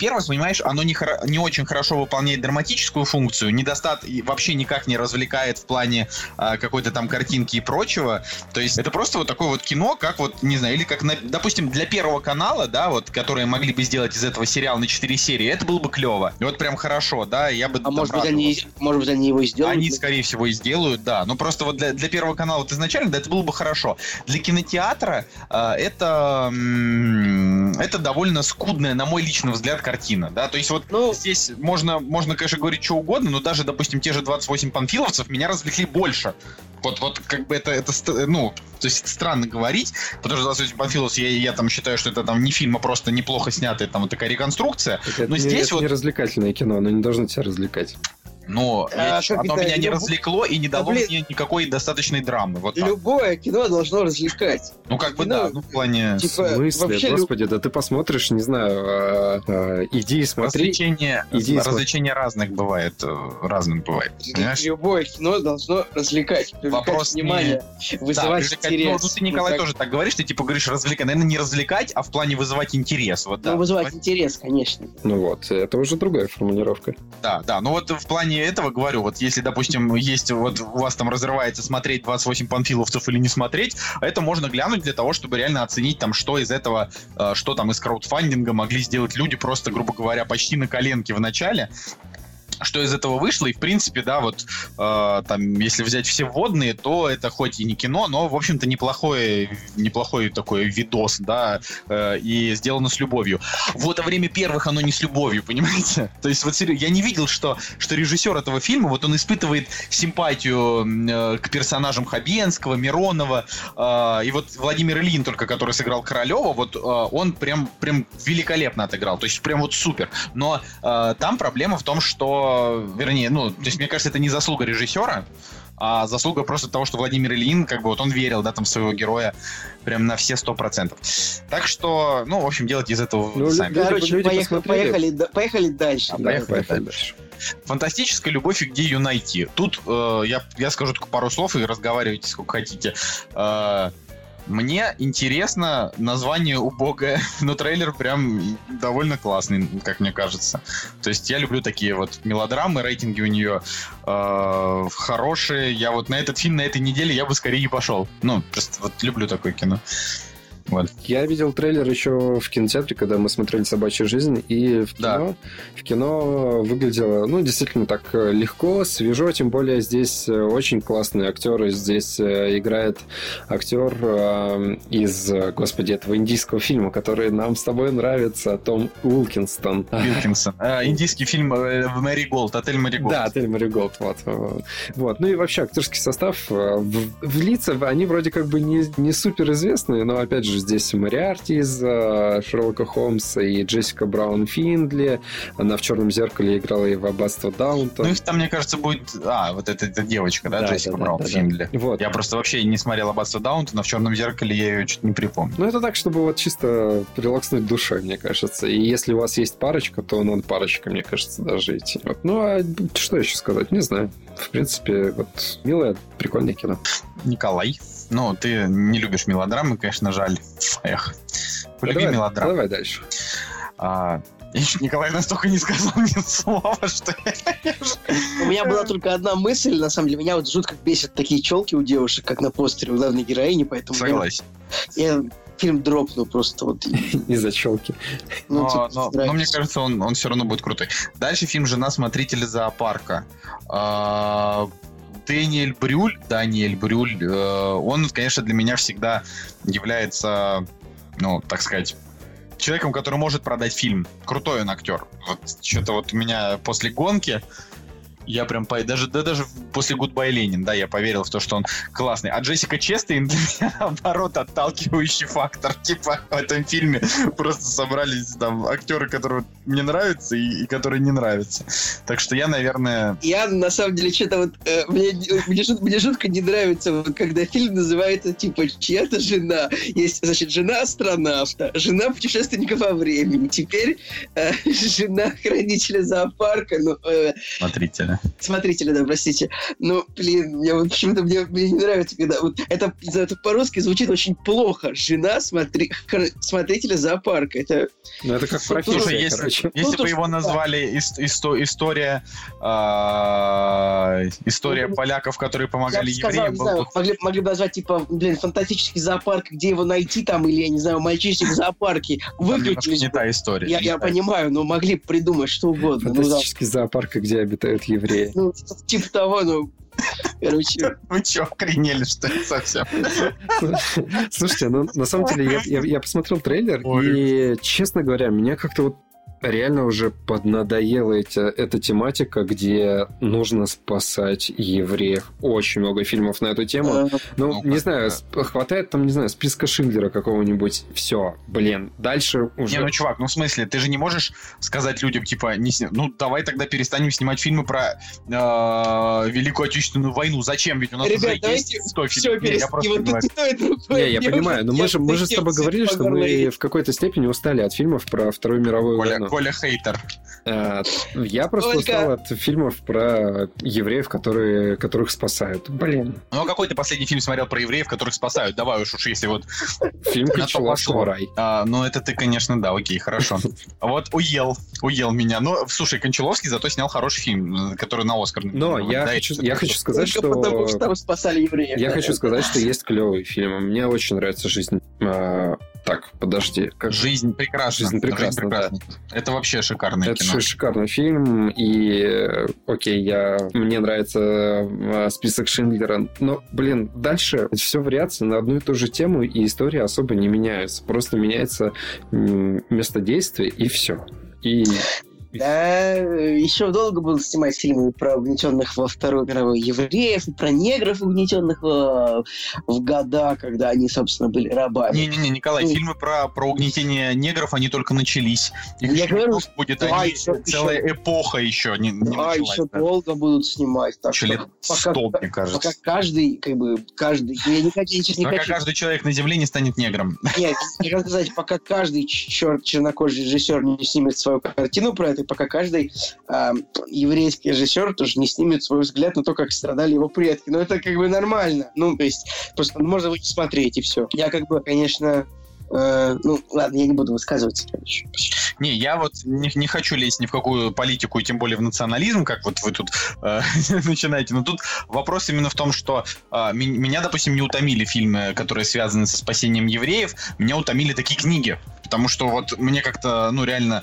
понимаешь, оно не очень хорошо выполняет драматическую функцию, и вообще никак не развлекает в плане какой-то там картинки и прочего. То есть это просто вот такое вот кино, как вот, не знаю, или как, допустим, для Первого канала, да, вот, которые могли бы сделать из этого сериала на 4 серии, это было бы клево. И вот прям хорошо, да, я бы... может быть, они его и сделают? Они, скорее всего, и сделают, да. Но просто вот для Первого канала вот изначально, да, это было бы хорошо. Для кинотеатра это довольно скудная, на мой личный взгляд, картина, да. То есть вот здесь можно, конечно, говорить что угодно, но даже, допустим, те же 28 панфиловцев меня развлекли больше. Вот как бы это то есть странно говорить, потому что 28 панфиловцев, я там считаю, что это там не фильм, а просто неплохо снятая там вот такая реконструкция. Но здесь это не развлекательное кино, оно не должно тебя развлекать. Но оно меня не развлекло и не дало мне никакой достаточной драмы. Вот любое кино должно развлекать. Ну, как бы да, в плане... В смысле? Господи, да ты посмотришь, не знаю, иди и смотри. Развлечение разным бывает. Понимаешь? Любое кино должно развлекать, привлекать внимание, вызывать интерес. Ну, ты, Николай, тоже так говоришь, ты типа говоришь развлекать. Наверное, не развлекать, а в плане вызывать интерес. Вызывать интерес, конечно. Ну вот, это уже другая формулировка. Да, ну вот в плане этого говорю, вот если, допустим, есть вот у вас там разрывается смотреть 28 панфиловцев или не смотреть, это можно глянуть для того, чтобы реально оценить там, что из этого, что там из краудфандинга могли сделать люди просто, грубо говоря, почти на коленке в начале. Что из этого вышло, и в принципе, да, вот там, если взять все вводные, то это хоть и не кино, но, в общем-то, неплохой такой видос, да, и сделано с любовью. Вот, а время первых оно не с любовью, понимаете? То есть, вот серьезно, я не видел, что режиссер этого фильма, вот он испытывает симпатию к персонажам Хабенского, Миронова, и вот Владимир Ильин, только который сыграл Королева, вот он прям великолепно отыграл, то есть прям вот супер. Но там проблема в том, что вернее, то есть, мне кажется, это не заслуга режиссера, а заслуга просто того, что Владимир Ильин, как бы вот он верил, да, там, в своего героя прям на все 100%. Так что, в общем, делайте из этого сами. Короче, поехали дальше. Поехали дальше. Фантастическая любовь и где ее найти. Тут я скажу только пару слов и разговаривайте сколько хотите. Мне интересно название убогое, но трейлер прям довольно классный, как мне кажется. То есть я люблю такие вот мелодрамы, рейтинги у нее хорошие. Я вот на этот фильм на этой неделе я бы скорее и пошел. Просто вот люблю такое кино. Вот. Я видел трейлер еще в кинотеатре, когда мы смотрели «Собачью жизнь», и в кино выглядело, действительно так легко, свежо, тем более здесь очень классные актеры. Здесь играет актер из, этого индийского фильма, который нам с тобой нравится, Том Уилкинсон. Индийский фильм «Мэри Голд», «Отель Мэри Голд». Да, «Отель Мэри Голд», вот. Ну и вообще актерский состав в лица, они вроде как бы не супер известные, но опять же здесь Мориарти из Шерлока Холмса и Джессика Браун Финдли. Она в «Черном зеркале» играла и в «Аббатство Даунтон». Их там, мне кажется, будет... вот эта девочка, да, Джессика Браун Финдли. Вот. Я просто вообще не смотрел «Аббатство Даунтон», но в «Черном зеркале» я ее чуть не припомню. Это так, чтобы вот чисто релакснуть душой, мне кажется. И если у вас есть парочка, то надо парочкой, мне кажется, даже идти. Вот. А что еще сказать? Не знаю. В принципе, вот милое, прикольное кино. Николай. Ты не любишь мелодрамы, конечно, жаль. Эх. Полюби мелодраму. Давай дальше. Николай настолько не сказал мне слова, что У меня была только одна мысль, на самом деле. Меня вот жутко бесят такие челки у девушек, как на постере у главной героини, поэтому... Согласен. Я фильм дропнул просто вот. Из-за челки. Но мне кажется, он все равно будет крутой. Дальше фильм «Жена смотрителя зоопарка». Даниэль Брюль, он, конечно, для меня всегда является, так сказать, человеком, который может продать фильм. Крутой он актер. Вот что-то вот у меня после «Гонки» я прям даже после «Гудбай, Ленин», да, я поверил в то, что он классный. А Джессика Честейн для меня, наоборот, отталкивающий фактор. Типа в этом фильме просто собрались там актеры, которые мне нравятся и которые не нравятся. Так что я, наверное... Я, на самом деле, что-то вот... Мне жутко не нравится, вот, когда фильм называется, типа, чья-то жена. Есть, значит, жена астронавта, жена путешественника во времени. Теперь жена хранителя зоопарка. Смотрителя. Смотрители, да, простите. Ну, блин, почему-то мне не нравится, когда вот это по-русски звучит очень плохо. Жена смотрителя зоопарка. Это... Ну, это как профессия, Слушай, если бы его назвали история поляков, которые помогали евреям... Могли бы назвать, типа, фантастический зоопарк, где его найти там, или, я не знаю, мальчишник в зоопарке. Выключили. Не та история. Я понимаю, но могли бы придумать что угодно. Фантастический зоопарк, где обитают евреи. Ну, типа того, короче. Вы чё, охренели, что ли, совсем? Слушайте, ну, на самом деле, я посмотрел трейлер, и, честно говоря, меня как-то вот реально уже поднадоела эта тематика, где нужно спасать евреев. Очень много фильмов на эту тему. Ну, не знаю, хватает там, не знаю, списка Шиндлера какого-нибудь. Все, блин, дальше уже... Не, ну, чувак, ну, в смысле, ты же не можешь сказать людям, типа, ну, давай тогда перестанем снимать фильмы про Великую Отечественную войну. Зачем? Ведь у нас уже есть 100 фильмов. Я понимаю, но мы же с тобой говорили, что мы в какой-то степени устали от фильмов про Вторую мировую войну. Коля хейтер. Я просто устал от фильмов про евреев, которых спасают. Блин. Ну, а какой ты последний фильм смотрел про евреев, которых спасают? Давай уж если вот... Фильм «Кончаловского рай». Ну, это ты, конечно, да, окей, хорошо. Вот уел меня. Ну, слушай, Кончаловский зато снял хороший фильм, который на Оскар. Но я хочу сказать, что... Потому что там спасали евреев. Я хочу сказать, что есть клевые фильмы. Мне очень нравится «Жизнь». Так, подожди. «Жизнь прекрасна». «Жизнь прекрасна», да. Это вообще шикарное кино. Это шикарный фильм, и окей, мне нравится список Шиндлера, но, блин, дальше все вариации на одну и ту же тему, и история особо не меняется. Просто меняется место действия, и все. Да, еще долго будут снимать фильмы про угнетенных во Вторую мировую евреев, и про негров, угнетенных в года, когда они, собственно, были рабами. Не-не-не, Николай, фильмы про угнетение негров, они только начались. Я говорю, будет целая эпоха еще не началась. Еще долго будут снимать. Так еще лет 100, мне кажется. Пока каждый... Я не хочу... Пока каждый человек на земле не станет негром. Нет, я хочу сказать, пока каждый чернокожий режиссер не снимет свою картину про это, пока каждый еврейский режиссер тоже не снимет свой взгляд на то, как страдали его предки. Но это как бы нормально. Ну, то есть, просто можно выйти смотреть, и все. Я как бы, конечно... ну, ладно, я не буду высказываться, короче. Не, я вот не хочу лезть ни в какую политику, и тем более в национализм, как вот вы тут начинаете. Но тут вопрос именно в том, что меня, допустим, не утомили фильмы, которые связаны со спасением евреев. Меня утомили такие книги. Потому что вот мне как-то, ну, реально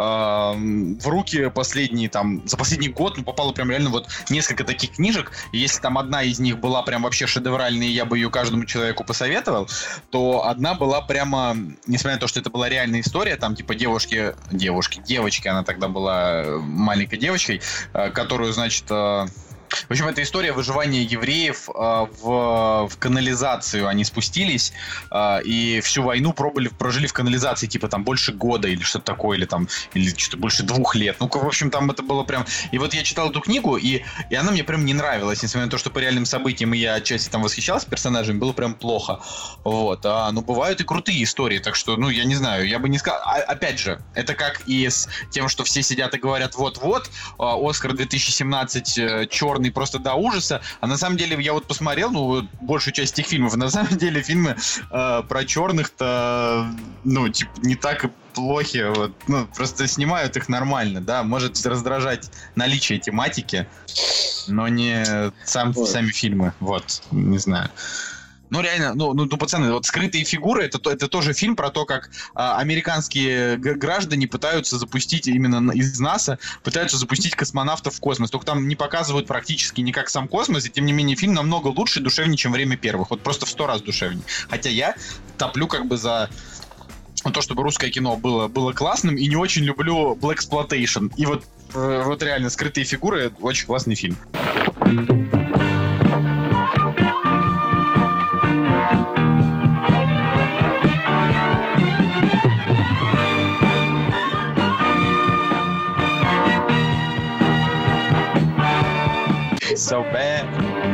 в руки за последний год попало прям реально вот несколько таких книжек. И если там одна из них была прям вообще шедевральной, и я бы ее каждому человеку посоветовал, то одна была прямо, несмотря на то, что это была реальная история, там типа девочки, она тогда была маленькой девочкой, которую, значит... В общем, это история выживания евреев в канализацию. Они спустились и всю войну прожили в канализации, типа там больше года или что-то такое, или что-то больше 2 лет. Ну, в общем, там это было прям... И вот я читал эту книгу, и она мне прям не нравилась, несмотря на то, что по реальным событиям я отчасти там восхищался персонажами, было прям плохо. Вот. Но бывают и крутые истории, так что, ну, я не знаю, я бы не сказал... Опять же, это как и с тем, что все сидят и говорят, вот-вот, Оскар 2017 черный просто до ужаса, а на самом деле я вот посмотрел, большую часть этих фильмов, на самом деле фильмы про черных-то, типа, не так и плохи, вот, просто снимают их нормально, да, может раздражать наличие тематики, но не сами фильмы, вот, не знаю. Ну, реально, пацаны, вот «Скрытые фигуры» это тоже фильм про то, как американские граждане пытаются запустить, именно из НАСА, пытаются запустить космонавтов в космос. Только там не показывают практически никак сам космос, и тем не менее фильм намного лучше и душевнее, чем «Время первых». Вот просто в 100 раз душевнее. Хотя я топлю как бы за то, чтобы русское кино было классным, и не очень люблю blaxploitation. И вот реально «Скрытые фигуры» очень классный фильм. So bad.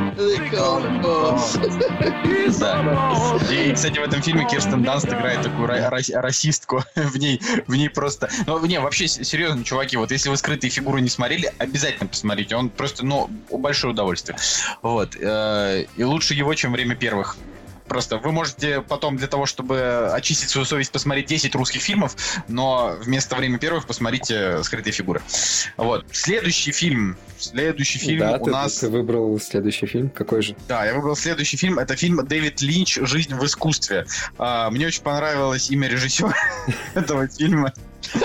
Да. И, кстати, в этом фильме Кирстен Данст играет такую расистку. В ней просто... Ну, не, вообще, серьезно, чуваки, вот если вы «Скрытые фигуры» не смотрели, обязательно посмотрите. Он просто, большое удовольствие. Вот. И лучше его, чем «Время первых». Просто вы можете потом для того, чтобы очистить свою совесть, посмотреть 10 русских фильмов, но вместо «Время первых» посмотрите «Скрытые фигуры». Вот. Следующий фильм да, у нас... ты выбрал следующий фильм. Какой же? Да, я выбрал следующий фильм. Это фильм Дэвид Линч «Жизнь в искусстве». Мне очень понравилось имя режиссера этого фильма.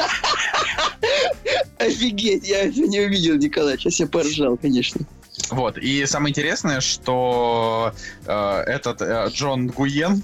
Офигеть, я это не увидел, Николай. Сейчас я поржал, конечно. Вот, и самое интересное, что этот Джон Гуйен,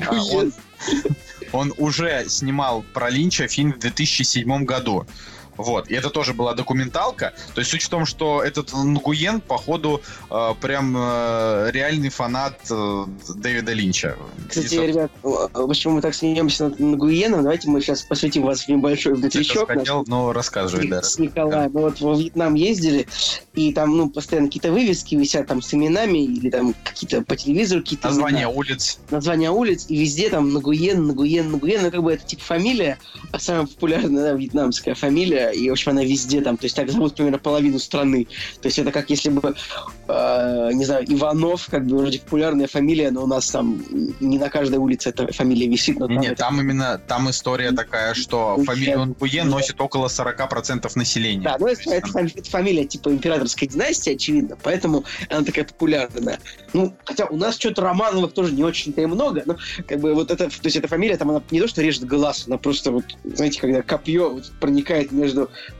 он уже снимал про Линча фильм в 2007 году. Вот, и это тоже была документалка. То есть суть в том, что этот Нгуен, походу, прям реальный фанат Дэвида Линча. Кстати, ребят, почему мы так смеемся над Нгуеном, давайте мы сейчас посвятим вас в небольшой внутричок. Я хотел, рассказывай, да. С Николаем. Мы вот во Вьетнам ездили, и там, постоянно какие-то вывески висят там с именами, или там какие-то по телевизору какие-то Названия улиц, и везде там Нгуен, как бы это типа фамилия, самая популярная, да, вьетнамская фамилия, и, в общем, она везде там, то есть так зовут примерно половину страны. То есть это как если бы, не знаю, Иванов, как бы вроде популярная фамилия, но у нас там не на каждой улице эта фамилия висит. Но там история такая, что фамилия Нгуен носит около 40% населения. Да, это фамилия типа императорской династии, очевидно, поэтому она такая популярная. Хотя у нас что-то Романовых тоже не очень-то и много, но как бы вот это, то есть эта фамилия, там она не то, что режет глаз, она просто вот, знаете, когда копье вот проникает между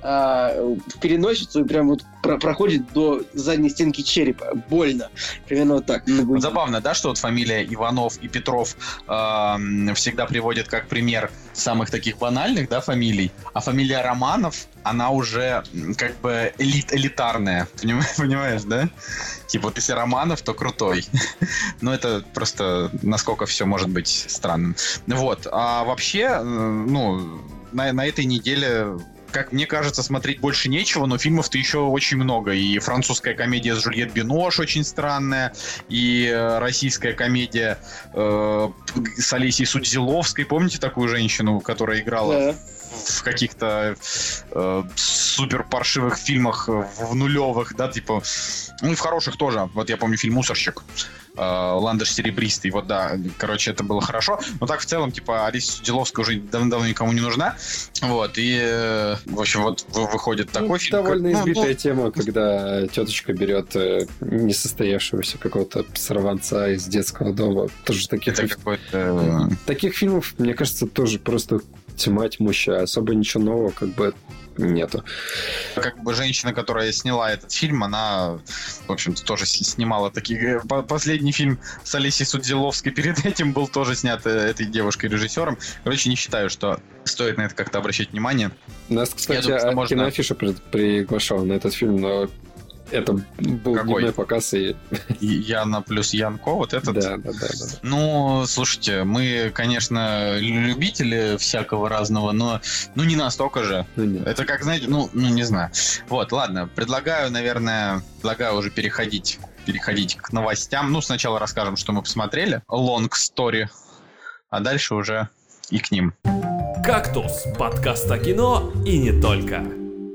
в переносицу и прям вот проходит до задней стенки черепа. Больно. Примерно вот так. Забавно, да, что вот фамилия Иванов и Петров всегда приводят как пример самых таких банальных, да, фамилий, а фамилия Романов, она уже как бы элитарная. Понимаешь, да? Типа, вот если Романов, то крутой. Но это просто насколько все может быть странным. Вот. А вообще, на этой неделе, как мне кажется, смотреть больше нечего, но фильмов-то еще очень много. И французская комедия с Жюльет Бинош очень странная, и российская комедия с Олесей Судзиловской. Помните такую женщину, которая играла в каких-то супер паршивых фильмах в нулевых, да, типа... и в хороших тоже. Вот я помню фильм «Мусорщик». «Ландыш серебристый». Вот, да, короче, это было хорошо. Но так, в целом, типа, Олеся Судзиловская уже давно никому не нужна. Вот, и, в общем, вот выходит такой фильм. Довольно избитая тема, когда теточка берет несостоявшегося какого-то сорванца из детского дома. Тоже таких фильмов, мне кажется, тоже просто тьма тьмущая. Особо ничего нового, как бы, нету. Как бы женщина, которая сняла этот фильм, она, в общем-то, тоже снимала такие... Последний фильм с Олесей Судзиловской перед этим был тоже снят этой девушкой-режиссером. Короче, не считаю, что стоит на это как-то обращать внимание. Нас, кстати, Киноафиша приглашал на этот фильм, но это был дневной показ. Яна плюс Янко, вот этот? Да. Ну, слушайте, мы, конечно, любители всякого разного, но не настолько же. Это как, знаете, не знаю. Вот, ладно, предлагаю уже переходить к новостям. Сначала расскажем, что мы посмотрели. Long story. А дальше уже и к ним. «Кактус» — подкаст о кино и не только.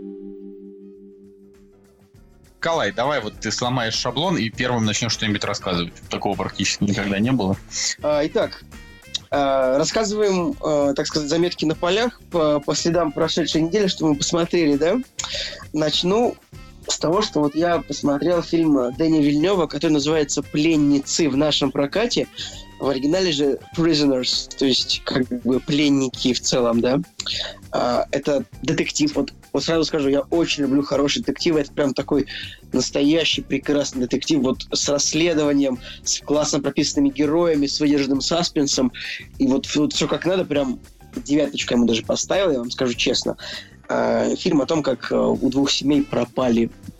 Калай, давай вот ты сломаешь шаблон и первым начнешь что-нибудь рассказывать. Такого практически никогда не было. Итак, рассказываем, так сказать, заметки на полях по следам прошедшей недели, что мы посмотрели, да? Начну с того, что вот я посмотрел фильм Дэни Вильнёва, который называется «Пленницы» в нашем прокате. В оригинале же «Prisoners», то есть как бы пленники в целом, да. Это детектив. Вот сразу скажу, я очень люблю хорошие детективы. Это прям такой настоящий прекрасный детектив. Вот с расследованием, с классно прописанными героями, с выдержанным саспенсом. И вот все как надо, прям 9 ему даже поставил, я вам скажу честно. Фильм о том, как у двух семей пропали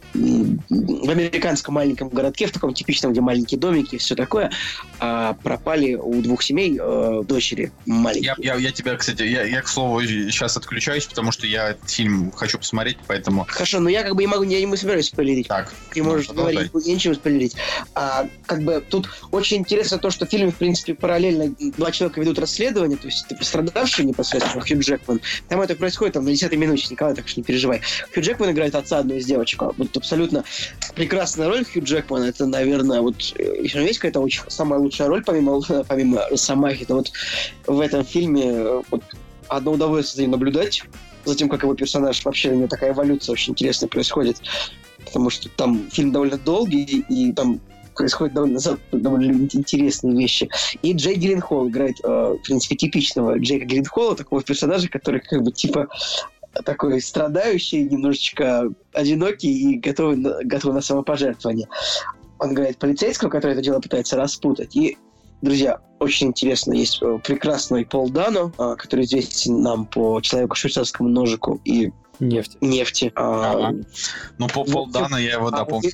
в американском маленьком городке, в таком типичном, где маленькие домики и все такое, пропали у 2 семей дочери маленькие. Я тебя, кстати, я, к слову, сейчас отключаюсь, потому что я этот фильм хочу посмотреть, поэтому... Хорошо, но я как бы я не собираюсь спойлерить. Так. Ты можешь говорить, я ничего спойлерить. Как бы тут очень интересно то, что в фильме, в принципе, параллельно 2 человека ведут расследование, то есть пострадавший непосредственно, Хью Джекман. Там это происходит на 10-й минуте, Николай, так что не переживай. Хью Джекман играет отца одной из девочек. Вот абсолютно прекрасная роль Хью Джекмана. Это, наверное, вот еще есть какая-то очень самая лучшая роль, помимо Росомахи. Это вот в этом фильме вот, одно удовольствие за ним наблюдать, за тем, как его персонаж вообще, у него такая эволюция очень интересная происходит. Потому что там фильм довольно долгий, и там происходят довольно интересные вещи. И Джей Гилленхол играет, в принципе, типичного Джейка Гилленхола, такого персонажа, который как бы типа такой страдающий, немножечко одинокий и готовый на самопожертвование. Он играет полицейского, который это дело пытается распутать. И, друзья, очень интересно, есть прекрасный Пол Дано, который известен нам по «Человеку-швейцарскому ножику» и нефти. Ну, Пол Дано, я его помню.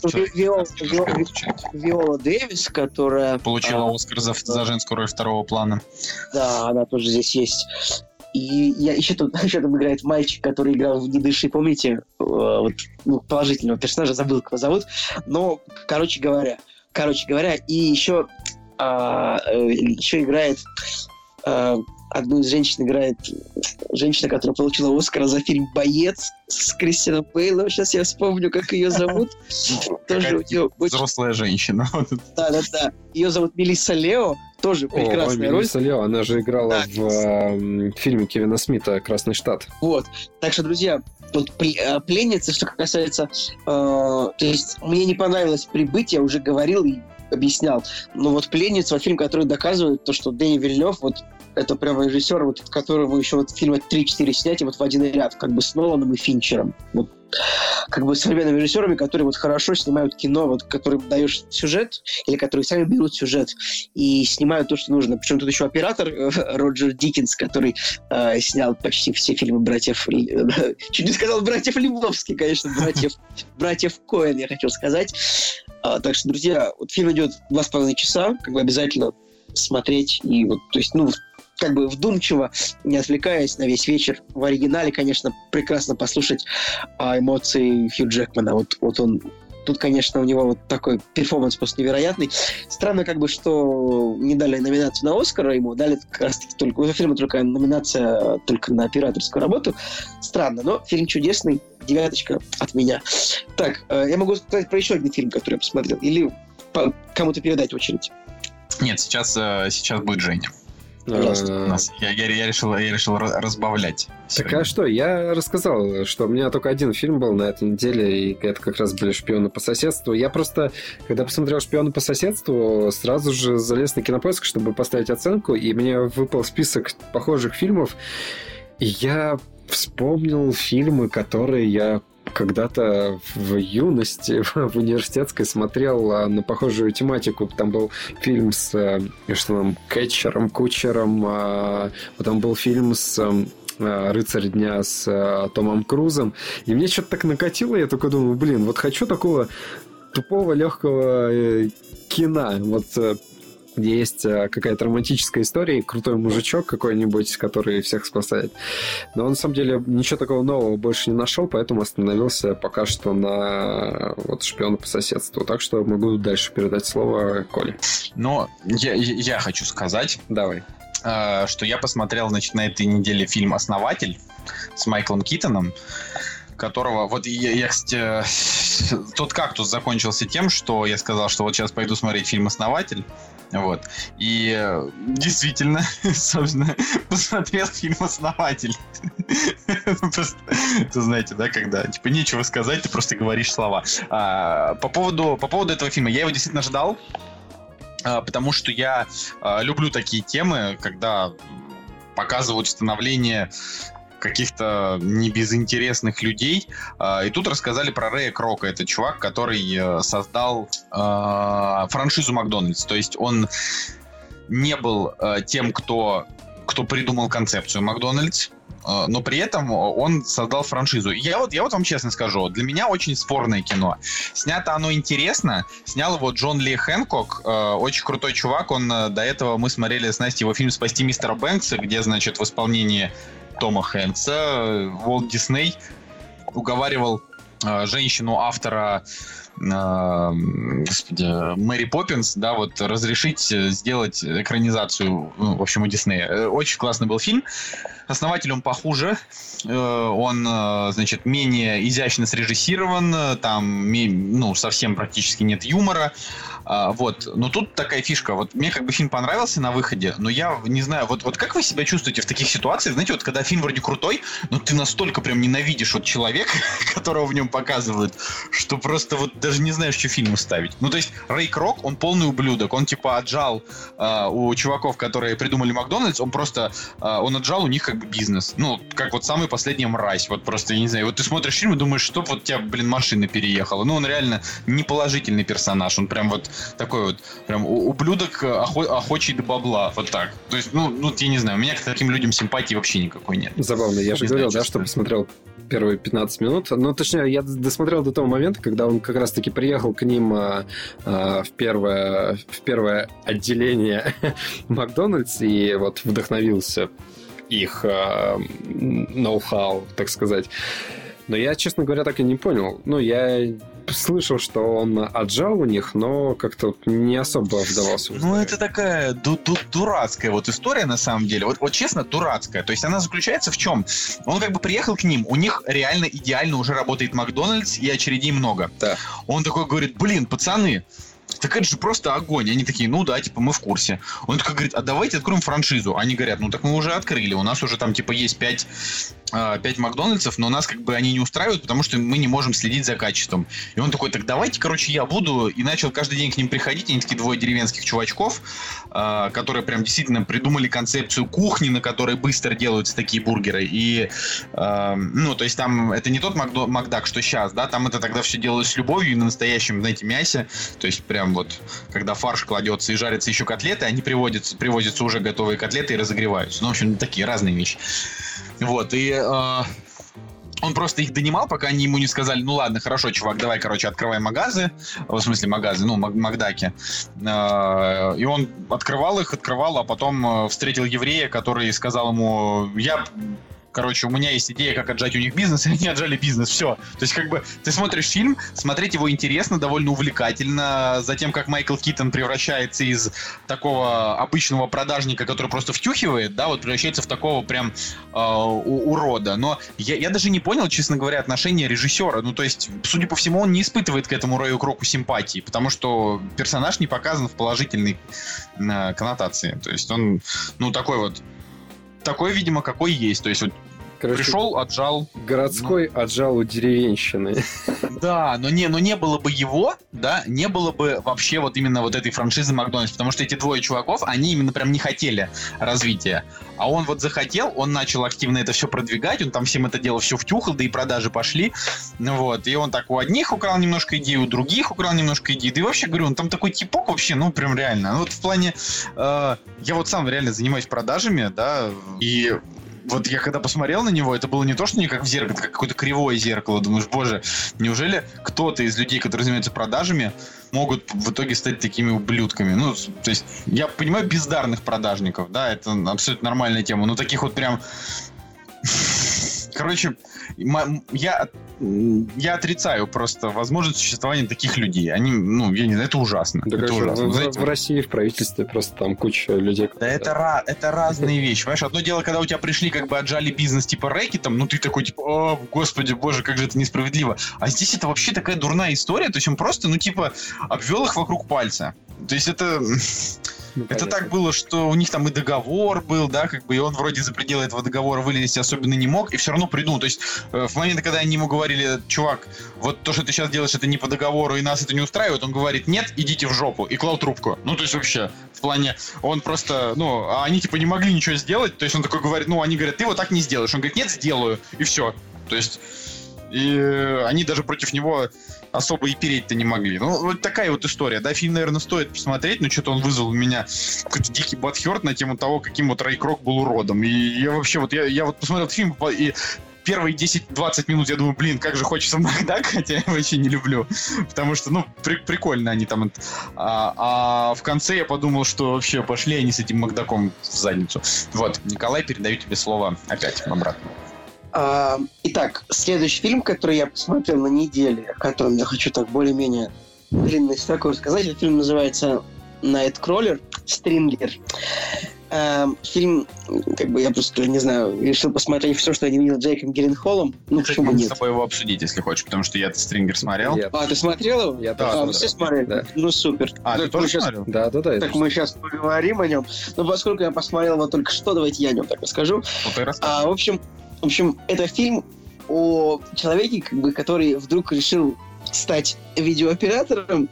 Виола Дэвис, которая... Получила Оскар за женскую роль второго плана. Да, она тоже здесь есть. И еще там играет мальчик, который играл в «Не дыши», помните? Положительного персонажа, забыл, как его зовут. Но, короче говоря, и еще играет... Одну из женщин играет женщина, которая получила Оскара за фильм «Боец» с Кристианом Бейлом. Сейчас я вспомню, как ее зовут. Тоже у нее взрослая женщина. Да. Ее зовут Мелисса Лео. Тоже прекрасная роль. Мелисса Лео, она же играла в фильме Кевина Смита «Красный штат». Вот. Так что, друзья, тут пленница, что касается... то есть, мне не понравилось «Прибытие», я уже говорил и объяснял. Но вот «Пленница», фильм, который доказывает то, что Дэни Вильнёв, вот это прям режиссер, вот которого еще вот фильма 3-4 снять, и вот в один ряд, как бы с Ноланом и Финчером. Вот, как бы современными режиссерами, которые вот хорошо снимают кино, вот которым даешь сюжет, или которые сами берут сюжет и снимают то, что нужно. Причем тут еще оператор Роджер Диккенс, который снял почти все фильмы братьев... Чуть не сказал братьев Лебовски, конечно, братьев Коэн, я хотел сказать. Так что, друзья, вот фильм идет 2,5 часа, как бы обязательно смотреть, и вот, то есть, как бы вдумчиво, не отвлекаясь на весь вечер. В оригинале, конечно, прекрасно послушать эмоции Хью Джекмана. Вот он... Тут, конечно, у него вот такой перформанс просто невероятный. Странно, как бы, что не дали номинацию на Оскара ему, дали как раз-таки только... У фильма только номинация только на операторскую работу. Странно, но фильм чудесный. 9 от меня. Так, я могу сказать про еще один фильм, который я посмотрел. Или кому-то передать очередь? Нет, сейчас будет Женя. Я решил разбавлять. Так а что? Я рассказал, что у меня только один фильм был на этой неделе, и это как раз были «Шпионы по соседству». Я просто, когда посмотрел «Шпионы по соседству», сразу же залез на Кинопоиск, чтобы поставить оценку, и мне выпал список похожих фильмов, и я вспомнил фильмы, которые я когда-то в юности в университетской смотрел на похожую тематику. Там был фильм с Кэтчером, Кучером, потом был фильм с «Рыцарь дня» с Томом Крузом. И мне что-то так накатило, я только думаю, вот хочу такого тупого, легкого кино. Вот где есть какая-то романтическая история, и крутой мужичок какой-нибудь, который всех спасает. Но он, на самом деле, ничего такого нового больше не нашел, поэтому остановился пока что на «Шпиона по соседству». Так что могу дальше передать слово Коле. Но я хочу сказать... Давай. Что я посмотрел, на этой неделе фильм «Основатель» с Майклом Китоном, которого... Вот я, кстати... Тот «Кактус» закончился тем, что я сказал, что вот сейчас пойду смотреть фильм «Основатель». Вот. И действительно, собственно, посмотрел фильм «Основатель». Просто, знаете, да, когда нечего сказать, ты просто говоришь слова. По поводу этого фильма, я его действительно ждал, потому что я люблю такие темы, когда показывают становление каких-то небезынтересных людей. И тут рассказали про Рэя Крока. Это чувак, который создал франшизу Макдональдс. То есть он не был тем, кто кто придумал концепцию Макдональдс, но при этом он создал франшизу. Я вот вам честно скажу, для меня очень спорное кино. Снято оно интересно. Снял его Джон Ли Хэнкок, очень крутой чувак. До этого мы смотрели с Настей его фильм «Спасти мистера Бэнкса», где, значит, в исполнении Тома Хэнкса Уолт Дисней уговаривал женщину-автора Мэри Поппинс, да, вот разрешить сделать экранизацию, в общем, у Диснея. Очень классный был фильм. Основатель он похуже, он, значит, менее изящно срежиссирован, там, совсем практически нет юмора, вот. Но тут такая фишка, вот мне как бы фильм понравился на выходе, но я не знаю, вот как вы себя чувствуете в таких ситуациях, знаете, вот когда фильм вроде крутой, но ты настолько прям ненавидишь вот человека, которого в нем показывают, что просто вот даже не знаешь, что фильму ставить. Ну, то есть Рэй Крок, он полный ублюдок, он типа отжал у чуваков, которые придумали Макдональдс, он отжал у них как бы бизнес. Ну, как вот самый последний мразь. Вот просто, я не знаю, вот ты смотришь фильм и думаешь, что вот тебя, машина переехала. Ну, он реально неположительный персонаж. Он прям вот такой вот, прям ублюдок, охочий до бабла. Вот так. То есть, я не знаю, у меня к таким людям симпатии вообще никакой нет. Забавно, я же говорил, да, что посмотрел первые 15 минут. Ну, точнее, я досмотрел до того момента, когда он как раз-таки приехал к ним в первое отделение Макдональдс и вот вдохновился их ноу-хау, так сказать. Но я, честно говоря, так и не понял. Ну, я слышал, что он отжал у них, но как-то не особо вдавался в историю. Ну, это такая дурацкая вот история, на самом деле. Вот честно, дурацкая. То есть она заключается в чем? Он как бы приехал к ним, у них реально идеально уже работает Макдональдс, и очередей много. Да. Он такой говорит, пацаны, так это же просто огонь. Они такие, ну да, типа, мы в курсе. Он такой говорит, а давайте откроем франшизу. Они говорят, ну так мы уже открыли. У нас уже там, типа, есть 5 Макдональдсов, но нас как бы они не устраивают, потому что мы не можем следить за качеством. И он такой, так давайте, короче, я буду. И начал каждый день к ним приходить. Они такие двое деревенских чувачков, которые прям действительно придумали концепцию кухни, на которой быстро делаются такие бургеры. И, то есть там это не тот Макдак, что сейчас, да, там это тогда все делалось с любовью и на настоящем, знаете, мясе. То есть прям вот, когда фарш кладется и жарятся еще котлеты, они привозятся уже готовые котлеты и разогреваются. Ну, в общем, такие разные вещи. Вот, и он просто их донимал, пока они ему не сказали, ну ладно, хорошо, чувак, давай, короче, открывай магазы, в смысле магазы, Макдаки. И он открывал, а потом встретил еврея, который сказал ему, у меня есть идея, как отжать у них бизнес, и они отжали бизнес, все. То есть, как бы, ты смотришь фильм, смотреть его интересно, довольно увлекательно, затем, как Майкл Китон превращается из такого обычного продажника, который просто втюхивает, да, вот превращается в такого прям урода. Но я даже не понял, честно говоря, отношения режиссера. Ну, то есть, судя по всему, он не испытывает к этому Рэю Кроку симпатии, потому что персонаж не показан в положительной коннотации. То есть, он, такой, видимо, какой есть. То есть, вот пришел, отжал. Городской отжал у деревенщины. Да, но не было бы его, да, не было бы вообще вот именно вот этой франшизы Макдональдс, потому что эти двое чуваков, они именно прям не хотели развития. А он вот захотел, он начал активно это все продвигать, он там всем это дело все втюхал, да и продажи пошли. Вот, и он так у одних украл немножко идей, у других украл немножко идей. Да и вообще, говорю, он там такой типок вообще, прям реально. Вот в плане, я вот сам реально занимаюсь продажами, да, и вот я когда посмотрел на него, это было не то, что не как в зеркало, как какое-то кривое зеркало. Думаешь, боже, неужели кто-то из людей, которые занимаются продажами, могут в итоге стать такими ублюдками? Ну, то есть, я понимаю бездарных продажников, да, это абсолютно нормальная тема, но таких вот прям... Короче, я отрицаю просто возможность существования таких людей. Они, я не знаю, это ужасно. Да, это ужасно. В России, в правительстве просто там куча людей. Да это разные вещи. Понимаешь, одно дело, когда у тебя пришли, как бы отжали бизнес типа рэкетом, ты такой, типа, о, господи, боже, как же это несправедливо. А здесь это вообще такая дурная история, то есть он просто, обвел их вокруг пальца. То есть это... Это так было, что у них там и договор был, да, как бы, и он вроде за пределы этого договора вылезти особенно не мог, и все равно придумал. То есть в момент, когда они ему говорили, чувак, вот то, что ты сейчас делаешь, это не по договору, и нас это не устраивает, он говорит, нет, идите в жопу, и клал трубку. То есть вообще, в плане, он просто, а они типа не могли ничего сделать, то есть он такой говорит, они говорят, ты вот так не сделаешь. Он говорит, нет, сделаю, и все. То есть... И они даже против него особо и переть-то не могли. Ну, вот такая вот история, да, фильм, наверное, стоит посмотреть, но что-то он вызвал у меня какой-то дикий бадхёрт на тему того, каким вот Рэй Крок был уродом. И я вообще вот, я вот посмотрел этот фильм, и первые 10-20 минут я думаю, блин, как же хочется в Макдак, хотя я вообще не люблю, потому что, ну, прикольно они там. А в конце я подумал, что вообще пошли они с этим Макдаком в задницу. Вот, Николай, передаю тебе слово опять обратно. Итак, следующий фильм, который я посмотрел на неделе, о котором я хочу так более-менее длинной строкой рассказать, этот фильм называется «Найткроллер», «Стрингер». Фильм, как бы я просто, не знаю, решил посмотреть все, что я не видел Джейком Гилленхолом. Ну, почему могу нет? с тобой его обсудить, если хочешь, потому что я этот «Стрингер» смотрел. Ты смотрел его? Я тоже вы все смотрели? Да. Ну, супер. Ты тоже смотрел? Да. Так мы сейчас поговорим о нем. Но поскольку я посмотрел его только что, давайте я о нем так расскажу. В общем, это фильм о человеке, как бы, который вдруг решил стать видеооператором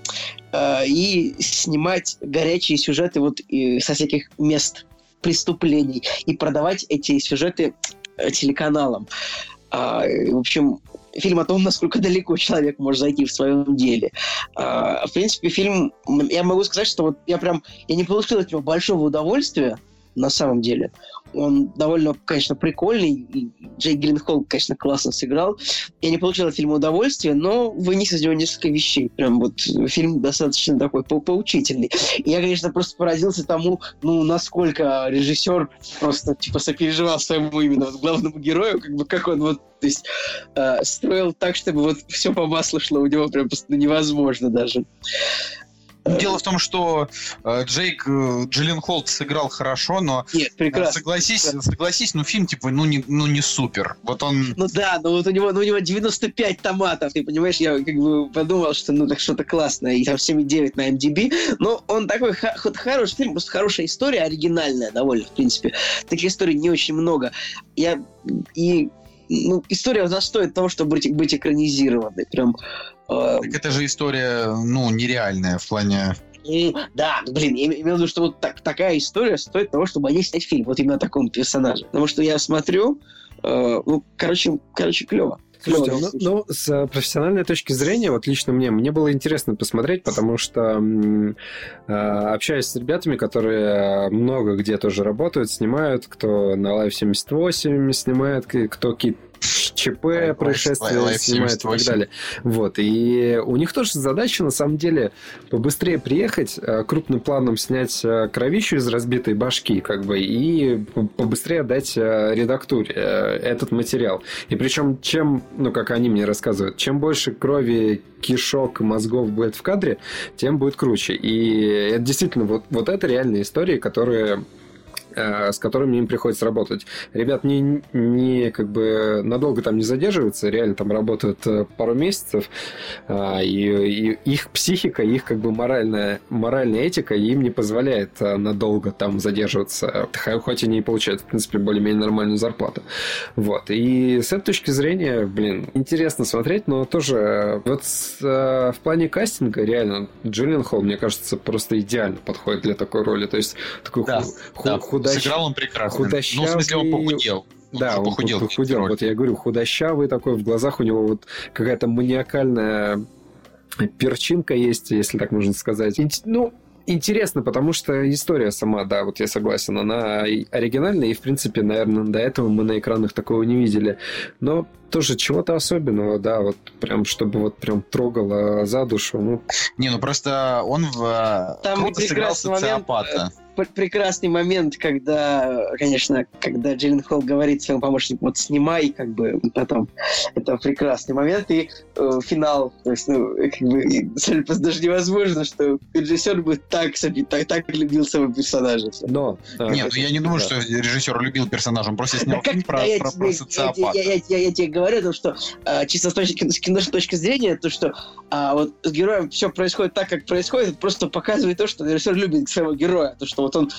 и снимать горячие сюжеты вот со всяких мест преступлений и продавать эти сюжеты телеканалам. В общем, фильм о том, насколько далеко человек может зайти в своем деле. В принципе, фильм, я могу сказать, что вот я не получил от него большого удовольствия, на самом деле. Он довольно, конечно, прикольный. И Джейк Гилленхол, конечно, классно сыграл. Я не получил от фильма удовольствия, но вынес из него несколько вещей. Прям вот фильм достаточно такой поучительный. И я, конечно, просто поразился тому, насколько режиссер просто, сопереживал своему именно вот главному герою, как бы, как он вот, то есть, строил так, чтобы вот все по маслу шло у него прям просто невозможно даже. Дело в том, что Джейк Джилленхол сыграл хорошо, но нет, прекрасно. Согласись, фильм типа, не супер. Вот он. Ну да, но вот у него 95 томатов, ты понимаешь, я как бы подумал, что так что-то классное, и там 7,9 на MDB, но он такой хороший фильм, просто хорошая история, оригинальная довольно, в принципе. Таких историй не очень много. История застоит того, чтобы быть экранизированной. Прям. Так это же история, нереальная в плане. Да, я имел в виду, что вот такая история стоит того, чтобы о ней снять фильм. Вот именно о таком персонаже. Потому что я смотрю, короче, клево. Слушайте, с профессиональной точки зрения, вот лично мне было интересно посмотреть, потому что общаюсь с ребятами, которые много где тоже работают, снимают, кто на Live 78 снимает, кто какие-то ЧП, происшествия снимает и так далее. Вот. И у них тоже задача, на самом деле, побыстрее приехать, крупным планом снять кровищу из разбитой башки, как бы, и побыстрее отдать редактуре этот материал. И причем, чем, как они мне рассказывают, чем больше крови, кишок, мозгов будет в кадре, тем будет круче. И это действительно вот это реальные истории, с которыми им приходится работать. Ребят не как бы надолго там не задерживаются, реально там работают пару месяцев, и их психика, их как бы моральная этика им не позволяет надолго там задерживаться, хоть они и получают, в принципе, более-менее нормальную зарплату. Вот. И с этой точки зрения, интересно смотреть, но тоже вот в плане кастинга реально Джилленхол, мне кажется, просто идеально подходит для такой роли. То есть такой сыграл он прекрасно. Худощавый... в смысле, он похудел. Да, он похудел. Вот я говорю, худощавый такой, в глазах у него вот какая-то маниакальная перчинка есть, если так можно сказать. Интересно, потому что история сама, да, вот я согласен, она оригинальная, и, в принципе, наверное, до этого мы на экранах такого не видели. Но тоже чего-то особенного, да, вот прям, чтобы вот прям трогало за душу. Просто он круто сыграл социопата. Прекрасный момент, когда Джилленхол говорит своему помощнику, вот снимай, как бы, потом. Это прекрасный момент. И финал, то есть, даже невозможно, что режиссер бы так любил своего персонажа. Но... Нет, я не думаю, что режиссер любил персонажа, он просто снял фильм про социопата. Я тебе говорю, что чисто с точки зрения, то, что вот с героем все происходит так, как происходит, это просто показывает то, что режиссер любит своего героя, то, что вот он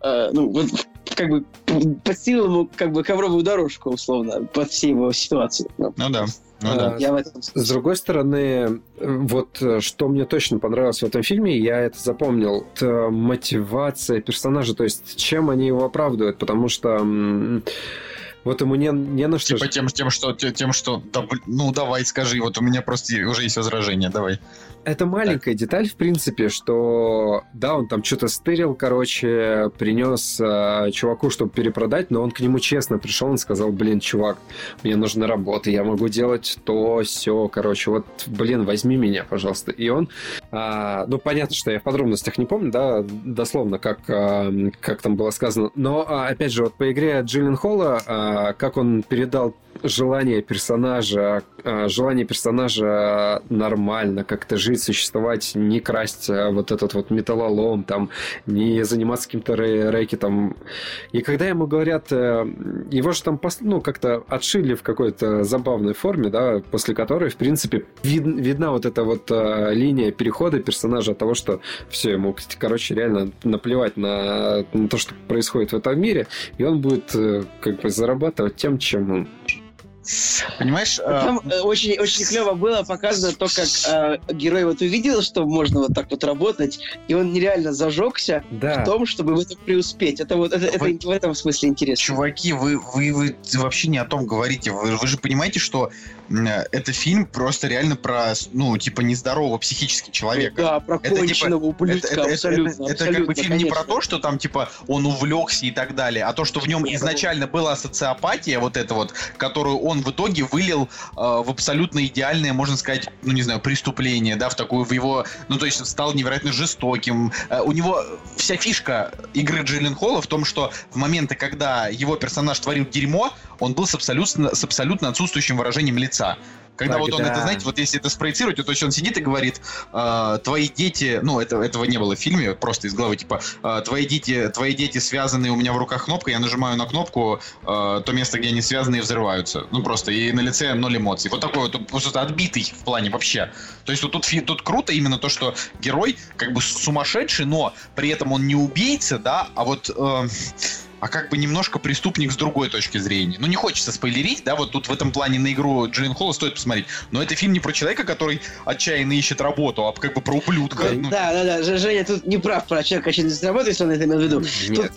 как бы подстелил ему как бы ковровую дорожку, условно, под всей его ситуации. Да. Я в этом... С другой стороны, вот что мне точно понравилось в этом фильме, я это запомнил, это мотивация персонажа, то есть чем они его оправдывают, потому что Вот ему не на что... Типа тем, что ну, давай, скажи, вот у меня просто уже есть возражение, давай. Это маленькая деталь, в принципе, что, да, он там что-то стырил, короче, принес чуваку, чтобы перепродать, но он к нему честно пришел, он сказал, блин, чувак, мне нужна работа, я могу делать то, сё, короче, вот, блин, возьми меня, пожалуйста. И он, ну, понятно, что я в подробностях не помню, да, дословно, как там было сказано, но, опять же, вот по игре Джилленхола, как он передал желание персонажа нормально как-то жить, существовать, не красть вот этот вот металлолом, там, не заниматься каким-то рэкетом. И когда ему говорят, его же там, ну, как-то отшили в какой-то забавной форме, да, после которой, в принципе, видна вот эта вот линия перехода персонажа от того, что все, ему, короче, реально наплевать на то, что происходит в этом мире, и он будет как бы зарабатывать тем, чем он. Понимаешь? Там очень, очень клево было показано то, как герой вот увидел, что можно вот так вот работать, и он нереально зажегся в том, чтобы в этом преуспеть. Это вот это в этом смысле интересно. Чуваки, вы вообще не о том говорите. Вы же понимаете, что это фильм просто реально про, ну, типа, нездорового психически человека. Да, про конченного ублюдка, абсолютно. Это как бы фильм не про то, что там, типа, он увлекся и так далее, а то, что в нем изначально была социопатия, вот эта вот, которую он в итоге вылил в абсолютно идеальное, можно сказать, ну, не знаю, преступление, да, в такую, в его, ну, то есть стал невероятно жестоким. У него вся фишка игры Джилленхола в том, что в моменты, когда его персонаж творил дерьмо, он был с абсолютно отсутствующим выражением лица. Когда вот он это, знаете, вот если это спроецировать, то есть он сидит и говорит, твои дети, ну, этого не было в фильме, просто из головы, типа, твои дети связаны, у меня в руках кнопка, я нажимаю на кнопку, то место, где они связаны, взрываются. Ну, просто, и на лице 0 эмоций. Вот такой вот, просто отбитый в плане вообще. То есть вот тут круто именно то, что герой как бы сумасшедший, но при этом он не убийца, да, а вот... а как бы немножко преступник с другой точки зрения. Ну, не хочется спойлерить, да, вот тут в этом плане на игру Джилленхола стоит посмотреть. Но это фильм не про человека, который отчаянно ищет работу, а как бы про ублюдка. Да. Женя тут не прав про человека, отчаянно ищет работу, если он это имел в виду. Тут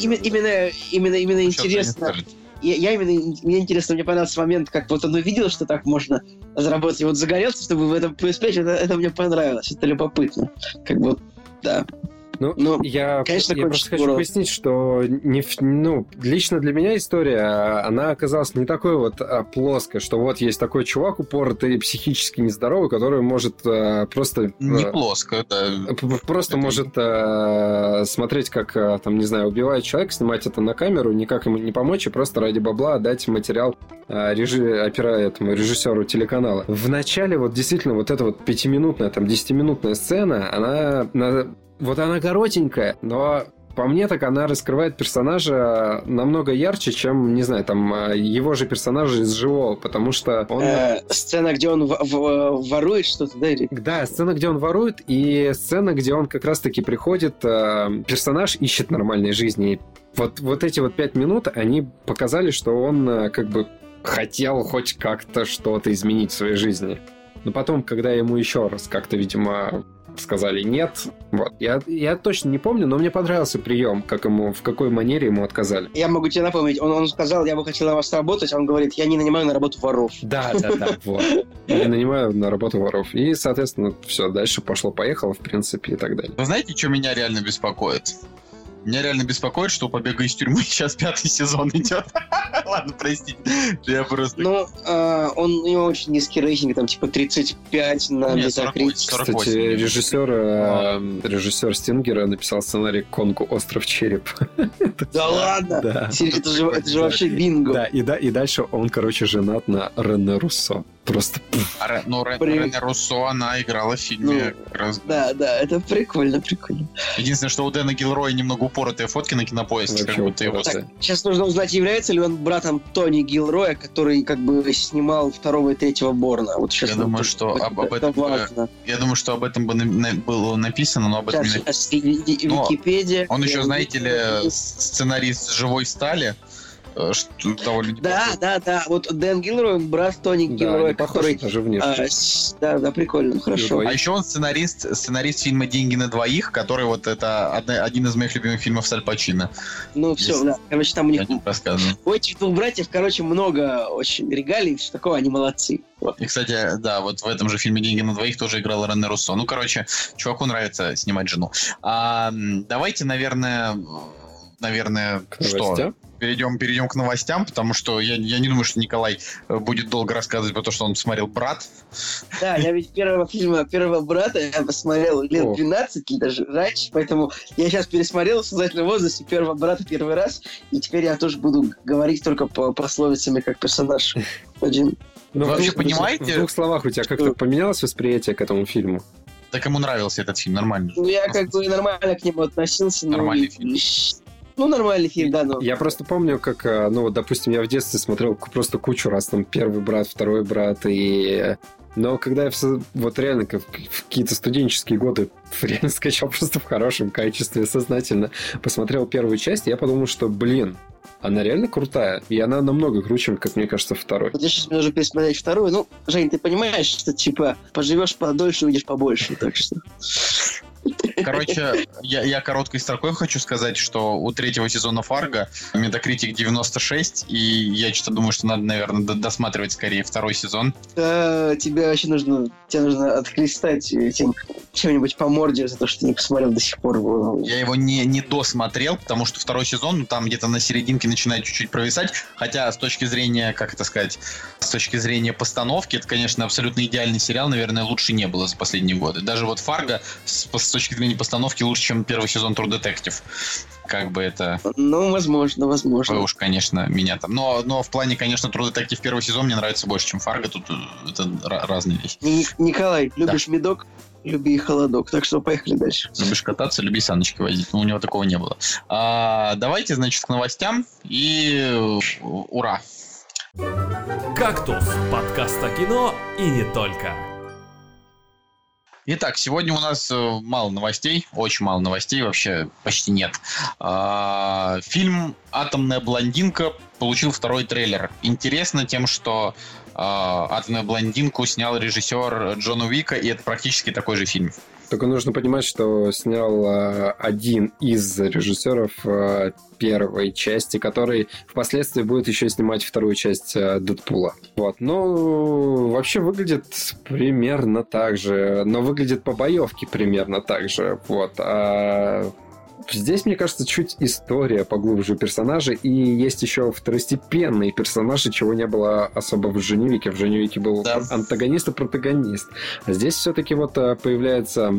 именно интересно. Мне интересно, мне понравился момент, как вот он увидел, что так можно заработать, и вот загорелся, чтобы в этом преуспеть, это мне понравилось, это любопытно. Как бы, да. Ну, я просто хочу пояснить, что лично для меня история, она оказалась не такой вот плоской, что вот есть такой чувак упоротый, психически нездоровый, который может просто... Не плоско, да. Просто может смотреть, как, там, не знаю, убивает человека, снимать это на камеру, никак ему не помочь, и просто ради бабла отдать материал режиссеру телеканала. В начале вот действительно вот эта вот 5-минутная, там, 10-минутная сцена, она коротенькая, но по мне так она раскрывает персонажа намного ярче, чем, не знаю, там, его же персонажа из живого, потому что он... Сцена, где он ворует что-то, да? Да, сцена, где он ворует, и сцена, где он как раз-таки приходит, персонаж ищет нормальной жизни. Вот эти вот 5 минут, они показали, что он как бы хотел хоть как-то что-то изменить в своей жизни. Но потом, когда ему еще раз как-то, видимо... сказали нет. Вот. Я точно не помню, но мне понравился прием, в какой манере ему отказали. Я могу тебе напомнить, он сказал, я бы хотел на вас работать, а он говорит, я не нанимаю на работу воров. Да, вот. Я не нанимаю на работу воров. И, соответственно, все, дальше пошло-поехало, в принципе, и так далее. Вы знаете, что меня реально беспокоит? Меня реально беспокоит, что у «Побега из тюрьмы» сейчас 5-й сезон идет. Ладно, простите. Я просто... Ну, у него очень низкий рейтинг, там типа 35 на Metacritic. Кстати, режиссер Стингера написал сценарий к Конгу «Остров череп». Да ладно? Да. Это же вообще бинго. Да, и дальше он, короче, женат на Рене Руссо. Просто... Но Рене Руссо, она играла в фильме. Да, это прикольно. Единственное, что у Дэна Гилроя немного упоротые фотки на Кинопоиске. Сейчас нужно узнать, является ли он братом Тони Гилроя, который как бы снимал 2-го и 3-го Борна. Вот сейчас я думаю, что об этом было написано, но об этом не написано. Википедия. Он еще, знаете ли, сценарист «Живой стали». что довольно неплохой. Да. Вот Дэн Гилрой, брат Тони Гилрой, который... даже внешне. Да, прикольно, хорошо. А еще он сценарист фильма «Деньги на двоих», который вот это один из моих любимых фильмов с Аль Пачино. Ну, все, да. Короче, там у них... У этих двух братьев, много очень регалий, все такое, они молодцы. И, кстати, да, вот в этом же фильме «Деньги на двоих» тоже играл Рене Руссо. Ну, короче, чуваку нравится снимать жену. Давайте, наверное, что? Перейдем к новостям, потому что я не думаю, что Николай будет долго рассказывать про то, что он посмотрел «Брат». Да, я ведь первого «Брата» я посмотрел лет 12 или даже раньше, поэтому я сейчас пересмотрел в сознательном возрасте первого «Брата» первый раз, и теперь я тоже буду говорить только по пословицами как персонаж один. Ну, вы вообще понимаете? В двух словах, у тебя как-то поменялось восприятие к этому фильму? Так ему нравился этот фильм, нормально. Ну, я нормально к нему относился. Нормальный фильм. Ну, нормальный фильм, да, но... Я просто помню, как, допустим, я в детстве смотрел просто кучу раз, там, первый брат, второй брат, но когда я вот реально в какие-то студенческие годы реально скачал просто в хорошем качестве, сознательно посмотрел первую часть, я подумал, что, она реально крутая, и она намного круче, как мне кажется, второй. Вот я сейчас мне уже пересмотреть вторую. Ну, Жень, ты понимаешь, что, поживешь подольше, увидишь побольше, так что... Короче, я короткой строкой хочу сказать, что у третьего сезона «Фарго» Metacritic 96, и я что-то думаю, что надо, наверное, досматривать скорее второй сезон. Тебе вообще нужно отхлестать чем-нибудь по морде за то, что ты не посмотрел до сих пор. Я его не досмотрел, потому что второй сезон, там где-то на серединке начинает чуть-чуть провисать, хотя с точки зрения, с точки зрения постановки, это, конечно, абсолютно идеальный сериал, наверное, лучше не было за последние годы. Даже вот «Фарго» с точки зрения постановки лучше, чем первый сезон True Detective. Как бы это... Ну, возможно. Вы уж, конечно, меня там... Но в плане, конечно, True Detective первый сезон мне нравится больше, чем «Фарго». Тут это разные вещи. Николай, любишь медок? Люби и холодок. Так что поехали дальше. Любишь кататься, люби саночки возить. Но у него такого не было. Давайте, значит, к новостям. И ура! «Кактус» – подкаст о кино и не только. Итак, сегодня у нас мало новостей, очень мало новостей, вообще почти нет. Фильм «Атомная блондинка» получил второй трейлер. Интересно тем, что «Атомную блондинку» снял режиссер Джона Уика, и это практически такой же фильм. Только нужно понимать, что снял один из режиссеров первой части, который впоследствии будет еще снимать вторую часть Дэдпула. Вот. Ну, вообще выглядит примерно так же, но выглядит по боевке примерно так же. Вот. Здесь, мне кажется, чуть история поглубже персонажей, и есть еще второстепенные персонажи, чего не было особо в «Джонни Уике». В «Джонни Уике» был антагонист и протагонист. А здесь все-таки вот появляется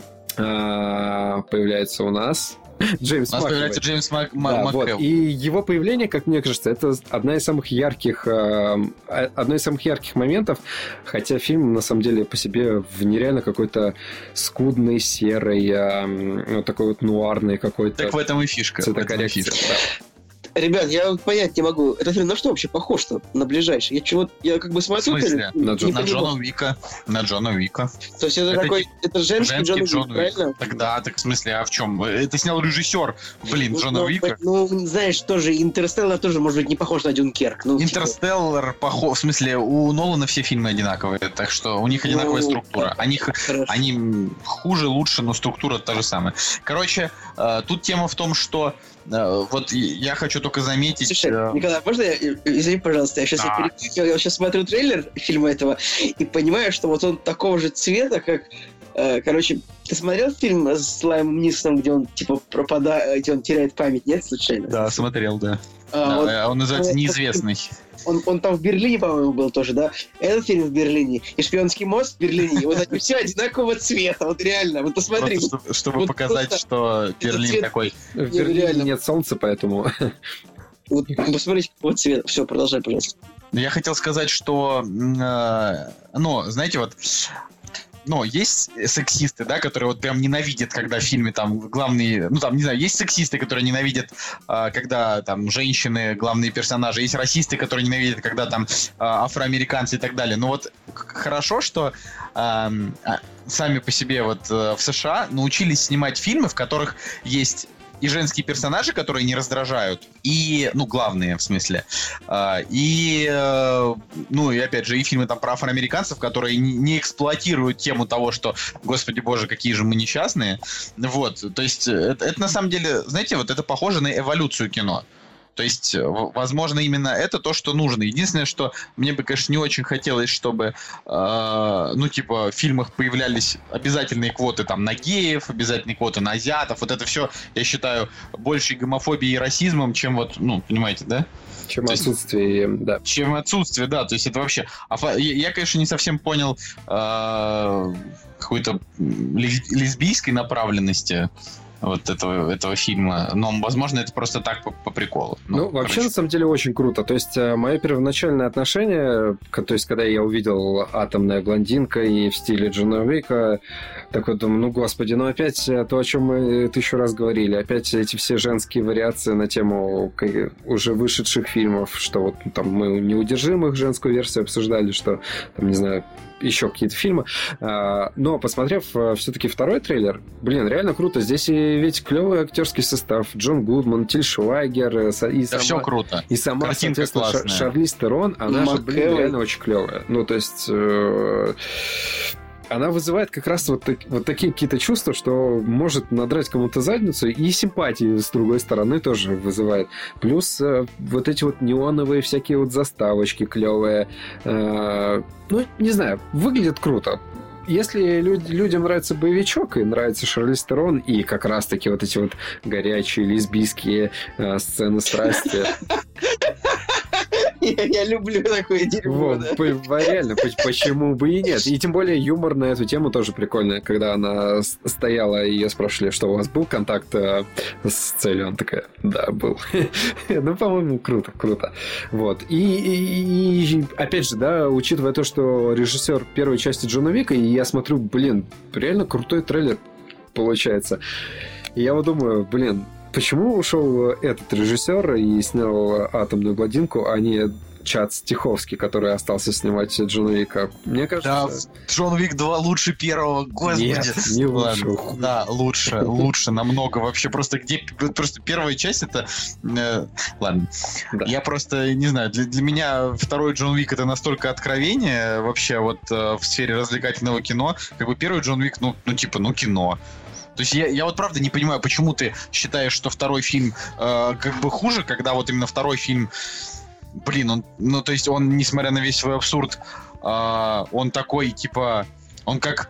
у нас Джеймс Макэвой. Появляется Джеймс Макэвой. Вот. И его появление, как мне кажется, это одно из самых ярких моментов, хотя фильм, на самом деле, по себе в нереально какой-то скудный, серый, вот такой вот нуарный какой-то. Так в этом и фишка. Цветокоррекция, да. Ребят, я понять не могу. Этот фильм на что вообще похож-то? На ближайший? Я как бы смотрю... В смысле? На Джона Уика. На Джона Уика. То есть это такой... Это женский Джон Уик, правильно? Так в смысле, а в чем? Это снял режиссер, Джона Уика. Ну, знаешь, тоже Интерстеллар тоже, может быть, не похож на Дюнкерк. Интерстеллар похож... В смысле, у Нолана все фильмы одинаковые, так что у них одинаковая структура. Они хуже, лучше, но структура та же самая. Короче, тут тема в том, что вот я хочу только заметить... Слушай, Николай, можно я... Извини, пожалуйста, я сейчас смотрю трейлер фильма этого и понимаю, что вот он такого же цвета, как... Короче, ты смотрел фильм с Лаймом Нисоном, где он типа пропадает, где он теряет память, нет, случайно? Да, смотрел, да. Он называется «Неизвестный». Он там в Берлине, по-моему, был тоже, да? Этот фильм в Берлине. И «Шпионский мост» в Берлине. И вот они все одинакового цвета. Вот реально. Вот посмотри. Чтобы вот показать, просто, что Берлин такой... В Берлине нет солнца, поэтому... Вот посмотрите, какого цвета. Все, продолжай, пожалуйста. Я хотел сказать, что... знаете, вот... Но есть сексисты, да, которые вот прям ненавидят, когда в фильме там главные... есть сексисты, которые ненавидят, когда там женщины главные персонажи. Есть расисты, которые ненавидят, когда там афроамериканцы и так далее. Но вот хорошо, что сами по себе вот в США научились снимать фильмы, в которых есть и женские персонажи, которые не раздражают, и, ну, главные, в смысле, и опять же, и фильмы там про афроамериканцев, которые не эксплуатируют тему того, что, господи боже, какие же мы несчастные. Вот, то есть, это на самом деле, знаете, вот это похоже на эволюцию кино. То есть, возможно, именно это то, что нужно. Единственное, что мне бы, конечно, не очень хотелось, чтобы, в фильмах появлялись обязательные квоты там на геев, обязательные квоты на азиатов. Вот это все, я считаю, большей гомофобией и расизмом, чем вот, понимаете, да? Чем отсутствие, да. Чем отсутствие, да. То есть, это вообще... Я, конечно, не совсем понял какой-то лесбийской направленности вот этого фильма. Но, возможно, это просто так по приколу. Вообще, на самом деле, очень круто. То есть, мое первоначальное отношение, то есть, когда я увидел «Атомная блондинка» и в стиле Джона Уика, такой думаю, господи, опять то, о чем мы 1000 раз говорили, опять эти все женские вариации на тему уже вышедших фильмов, что вот там мы «Неудержимых» женскую версию обсуждали, что, там, не знаю, еще какие-то фильмы. Но, посмотрев все-таки второй трейлер, реально круто. Здесь и ведь клевый актерский состав. Джон Гудман, Тиль Швайгер. И да, все круто. И сама, картинка соответственно, Шарлиз Терон, она же, реально очень клевая. То есть... она вызывает как раз вот такие какие-то чувства, что может надрать кому-то задницу, и симпатии с другой стороны тоже вызывает. Плюс вот эти вот неоновые всякие вот заставочки клевые. Не знаю, выглядит круто. Если людям нравится боевичок и нравится Шарлиз Терон, и как раз-таки вот эти вот горячие лесбийские сцены страсти... Я люблю такое дерьмо. Реально, почему бы и нет? И тем более юмор на эту тему тоже прикольный. Когда она стояла, и ее спрашивали, что у вас был контакт с целью, она такая, да, был. По-моему, круто. Вот. И опять же, да, учитывая то, что режиссер первой части Джона Уика, и я смотрю, реально крутой трейлер получается. И я вот думаю, почему ушел этот режиссер и снял «Атомную блондинку», а не Чад Стиховский, который остался снимать Джона Уика? Мне кажется... Да, Джон Уик 2 лучше первого, господи. Нет, не лучше. Да, лучше намного. Вообще просто первая часть это... Ладно. Да. Я просто не знаю, для меня второй Джон Уик это настолько откровение вообще вот в сфере развлекательного кино. Как бы первый Джон Уик, кино. То есть я вот правда не понимаю, почему ты считаешь, что второй фильм как бы хуже, когда вот именно второй фильм, то есть он, несмотря на весь свой абсурд, он такой, он как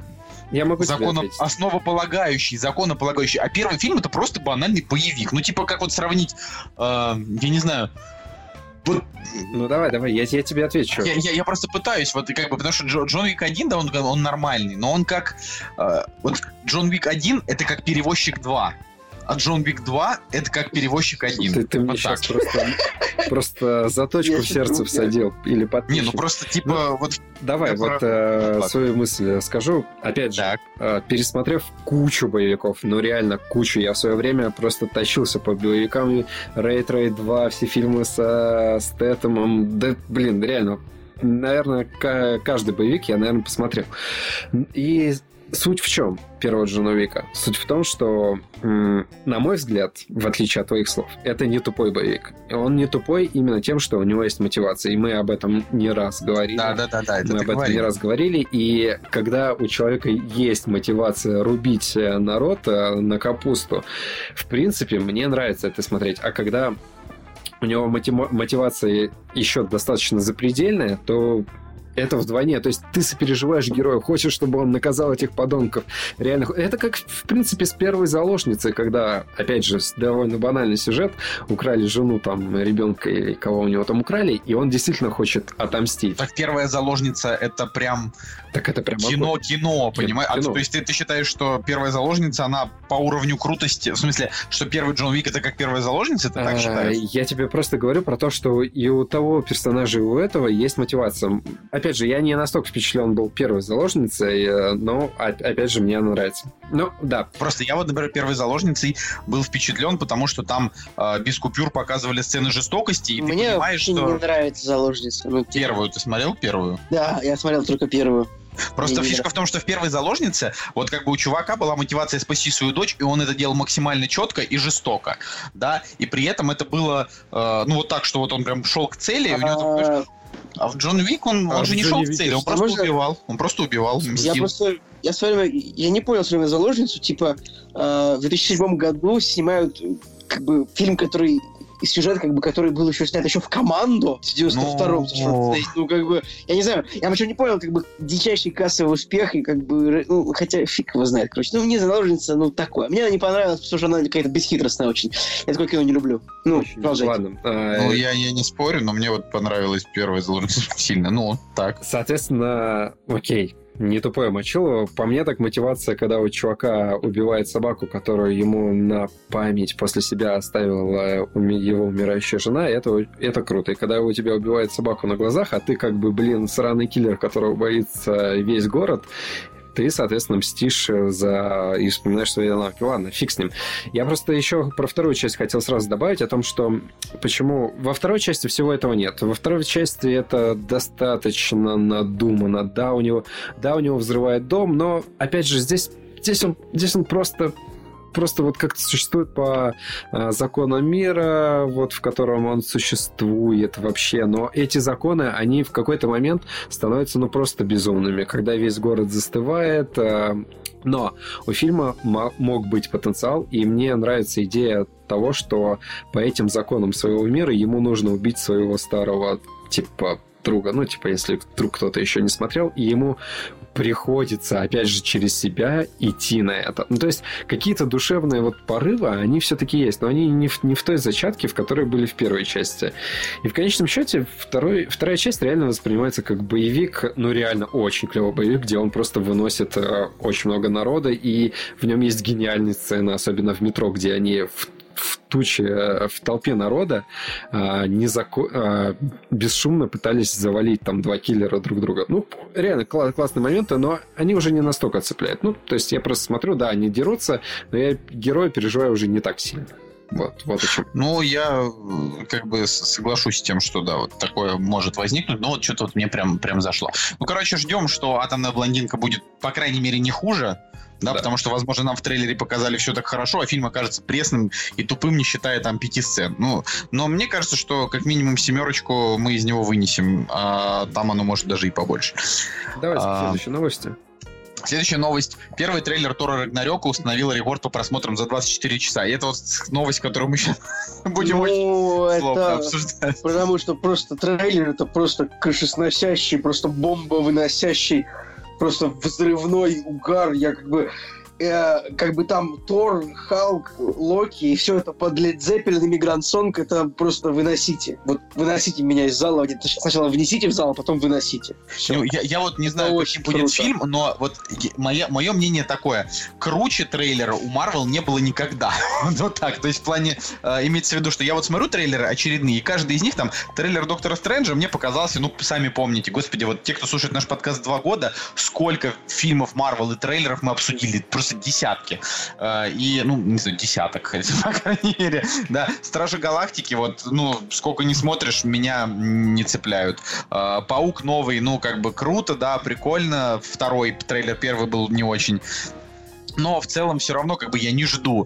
основополагающий, законополагающий, а первый фильм это просто банальный боевик. Как вот сравнить, я не знаю... Вот. Давай, я тебе отвечу. Я просто пытаюсь, потому что Джон Уик 1, да, он нормальный, но он как... Джон Уик 1 это как перевозчик 2, а Джон Уик 2 это как перевозчик 1. Ты мне сейчас просто заточку в сердце всадил. Или подписчик. Давай, свою мысль скажу. Опять же, пересмотрев кучу боевиков, реально кучу. Я в свое время просто тащился по боевикам. Рейд 2, все фильмы со Стэтэмом. Да, реально. Наверное, каждый боевик я, посмотрел. И суть в чем первого Джона Уика? Суть в том, что, на мой взгляд, в отличие от твоих слов, это не тупой боевик. Он не тупой именно тем, что у него есть мотивация. И мы об этом не раз говорили. Да. Мы об этом не раз говорили. И когда у человека есть мотивация рубить народ на капусту, в принципе, мне нравится это смотреть. А когда у него мотивация еще достаточно запредельная, то это вдвойне. То есть ты сопереживаешь герою, хочешь, чтобы он наказал этих подонков. Реально. Это как, в принципе, с первой заложницей, когда, опять же, довольно банальный сюжет, украли жену, ребенка или кого у него там украли, и он действительно хочет отомстить. Так первая заложница это прям... Так это прям кино, понимаешь? То есть ты считаешь, что первая заложница, она по уровню крутости, в смысле, что первый Джон Уик это как первая заложница, ты так считаешь? Я тебе просто говорю про то, что и у того персонажа, и у этого есть мотивация. Опять же, я не настолько впечатлен был первой заложницей, но, опять же, мне она нравится. Да. Просто я например, первой заложницей был впечатлен, потому что там без купюр показывали сцены жестокости, и мне ты понимаешь, что... Мне не нравится заложница. Первую, ты смотрел первую? Да, я смотрел только первую. Просто фишка в том, что в первой заложнице вот как бы у чувака была мотивация спасти свою дочь, и он это делал максимально четко и жестоко, да, и при этом это было, ну вот так, что вот он прям шел к цели, и у него а в Джон Уик он же не шел к цели, он просто убивал, мстил. Я не понял свою заложницу, типа в 2007 году снимают как бы фильм, который сюжет, как бы, который был еще снят еще в «Команду» в 92-м. Ну, как бы, я не знаю, я вообще не понял, как бы, дичайший кассовый успех, и как бы, ну, хотя фиг его знает, короче. Ну, мне заложница, ну, такое. Мне она не понравилась, потому что она какая-то бесхитростная очень. Я такое кино не люблю. Ну, продолжайте. Ладно. Ну, я не спорю, но мне вот понравилась первая заложница сильно. Ну, так. Соответственно, окей. Не тупое мочило. По мне, так мотивация, когда у чувака убивает собаку, которую ему на память после себя оставила его умирающая жена, это круто. И когда у тебя убивает собаку на глазах, а ты как бы, сраный киллер, которого боится весь город, ты, соответственно, мстишь и вспоминаешь свои навыки. Ладно, фиг с ним. Я просто еще про вторую часть хотел сразу добавить о том, что почему во второй части всего этого нет. Во второй части это достаточно надумано. Да, у него взрывает дом, но, опять же, здесь он просто вот как-то существует по законам мира, вот в котором он существует вообще. Но эти законы, они в какой-то момент становятся просто безумными, когда весь город застывает. Но у фильма мог быть потенциал, и мне нравится идея того, что по этим законам своего мира ему нужно убить своего старого, друга. Ну, если вдруг кто-то еще не смотрел, и ему приходится, опять же, через себя идти на это. Ну, то есть, какие-то душевные вот порывы, они все-таки есть, но они не в той зачатке, в которой были в первой части. И в конечном счете, вторая часть реально воспринимается как боевик, ну, реально очень клевый боевик, где он просто выносит очень много народа, и в нем есть гениальные сцены, особенно в метро, где они в толпе народа бесшумно пытались завалить там два киллера друг друга. Ну, реально классные моменты, но они уже не настолько цепляют. Ну, то есть я просто смотрю, да, они дерутся, но я героя переживаю уже не так сильно. Вот о чем. Ну, я как бы соглашусь с тем, что да, вот такое может возникнуть, но вот что-то вот мне прям зашло. Ну, короче, ждем, что «Атомная блондинка» будет, по крайней мере, не хуже. Да, потому что, возможно, нам в трейлере показали все так хорошо, а фильм окажется пресным и тупым, не считая там 5 сцен. Ну, но мне кажется, что как минимум 7 мы из него вынесем, а там оно может даже и побольше. Давайте к следующей новости. Следующая новость. Первый трейлер Тора Рагнарёка установил рекорд по просмотрам за 24 часа. И это вот новость, которую мы сейчас будем очень сложно обсуждать. Потому что просто трейлер это просто крышесносящий, просто бомбовыносящий, просто взрывной угар. Я как бы там Тор, Халк, Локи, и все это под Led Zeppelin и Мигрант Сонг, это просто выносите. Вот выносите меня из зала. Сначала внесите в зал, а потом выносите. Ну, я вот не знаю, каким будет фильм, но вот мое мнение такое. Круче трейлера у Marvel не было никогда. Вот так. То есть в плане, имеется в виду, что я вот смотрю трейлеры очередные, и каждый из них, там, трейлер Доктора Стрэнджа мне показался, ну, сами помните, господи, вот те, кто слушает наш подкаст 2 года, сколько фильмов Marvel и трейлеров мы обсудили. Просто десятки. И, ну, не знаю, десяток, по крайней мере. Да, Стражи Галактики, вот, ну, сколько не смотришь, меня не цепляют. Паук новый, ну, как бы круто, да, прикольно. Второй трейлер, первый был не очень. Но в целом все равно как бы я не жду.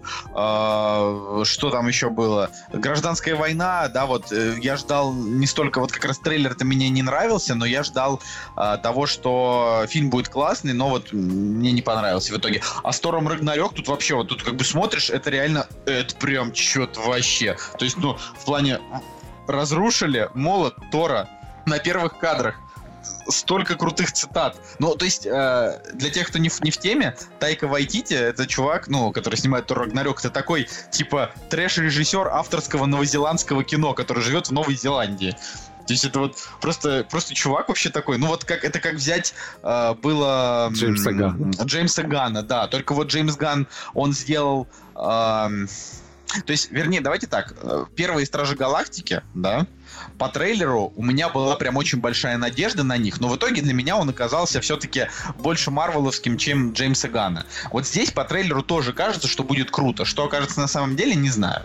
Что там еще было? Гражданская война, да, вот я ждал не столько, вот как раз трейлер-то мне не нравился, но я ждал того, что фильм будет классный, но вот мне не понравился в итоге. А с Тором Рагнарёк тут вообще, вот тут как бы смотришь, это реально, это прям что-то вообще. То есть, ну, в плане разрушили молот Тора на первых кадрах. Столько крутых цитат. Ну, то есть, для тех, кто не в теме, Тайка Вайтити — это чувак, ну, который снимает Тор Рагнарёк, это такой, типа, трэш-режиссер авторского новозеландского кино, который живет в Новой Зеландии. То есть это вот просто чувак вообще такой. Ну вот как взять было... Джеймса Ганна, да. Только вот Джеймс Ганн, он сделал... то есть, вернее, давайте так. Первые Стражи Галактики, да, по трейлеру у меня была прям очень большая надежда на них, но в итоге для меня он оказался все-таки больше марвеловским, чем Джеймса Ганна. Вот здесь по трейлеру тоже кажется, что будет круто. Что окажется на самом деле, не знаю.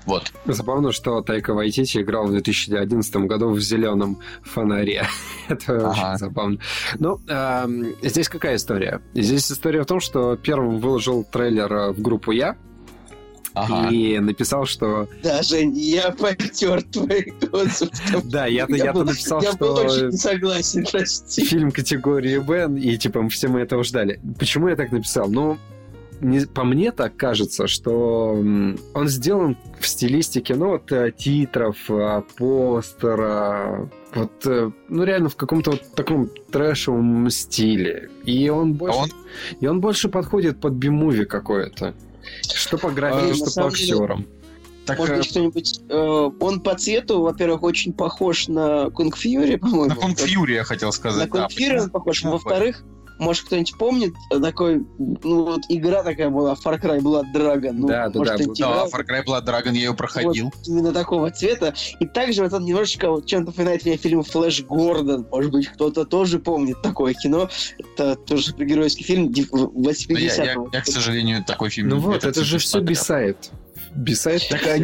Вот. Забавно, что Тайка Вайтити играл в 2011 году в «Зеленом фонаре». Это очень забавно. Ну, здесь какая история? Здесь история в том, что первым выложил трейлер в группу я, и написал, что... Да, Жень, я потер твой отзыв. Да, я-то написал, что... Я был очень не согласен, прости. Фильм категории Б, и типа все мы этого ждали. Почему я так написал? Ну, по мне так кажется, что он сделан в стилистике, ну, вот титров, постера, вот, ну, реально в каком-то вот таком трэшевом стиле. И он больше подходит под би-муви какое-то. Что по графике, что по актерам. Может быть, кто-нибудь... он по цвету, во-первых, очень похож на Kung Fury, по-моему. На Kung Fury, я хотел сказать. На Kung Fury он похож. Во-вторых, может, кто-нибудь помнит, такой, ну, вот игра такая была, Far Cry Blood Dragon. Ну, да, Far Cry Blood Dragon, я ее проходил. Вот, именно такого цвета. И также вот он немножечко вот чем-то напоминает мне фильм «Флэш Гордон». Может быть, кто-то тоже помнит такое кино. Это тоже супергеройский фильм 80-го. Я, к сожалению, такой фильм не... Ну вот, это же все бисайд. Бисайд такая...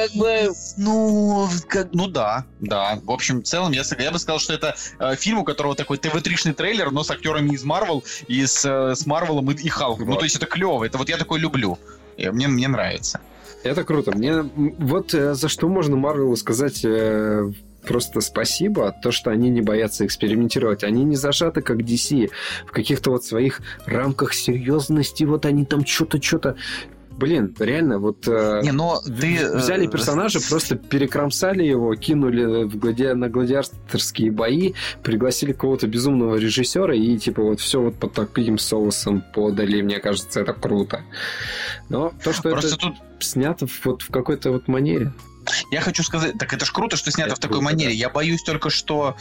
Ну да. В общем, в целом, я бы сказал, что это фильм, у которого такой ТВ-3-шный трейлер, но с актерами из Марвел, и с Марвелом и Халком. Вот. Ну, то есть это клево. Это вот я такой люблю. И мне нравится. Это круто. Мне вот за что можно Марвелу сказать... Просто спасибо, то, что они не боятся экспериментировать. Они не зажаты, как DC, в каких-то вот своих рамках серьезности. Вот они там что-то... Блин, реально, вот взяли персонажа, просто перекромсали его, кинули на гладиаторские бои, пригласили какого-то безумного режиссера и типа вот все вот под таким соусом подали. Мне кажется, это круто. Но то, что просто это тут... снято вот в какой-то вот манере. Я хочу сказать, так это ж круто, что снято в такой манере. Да. Я боюсь только, что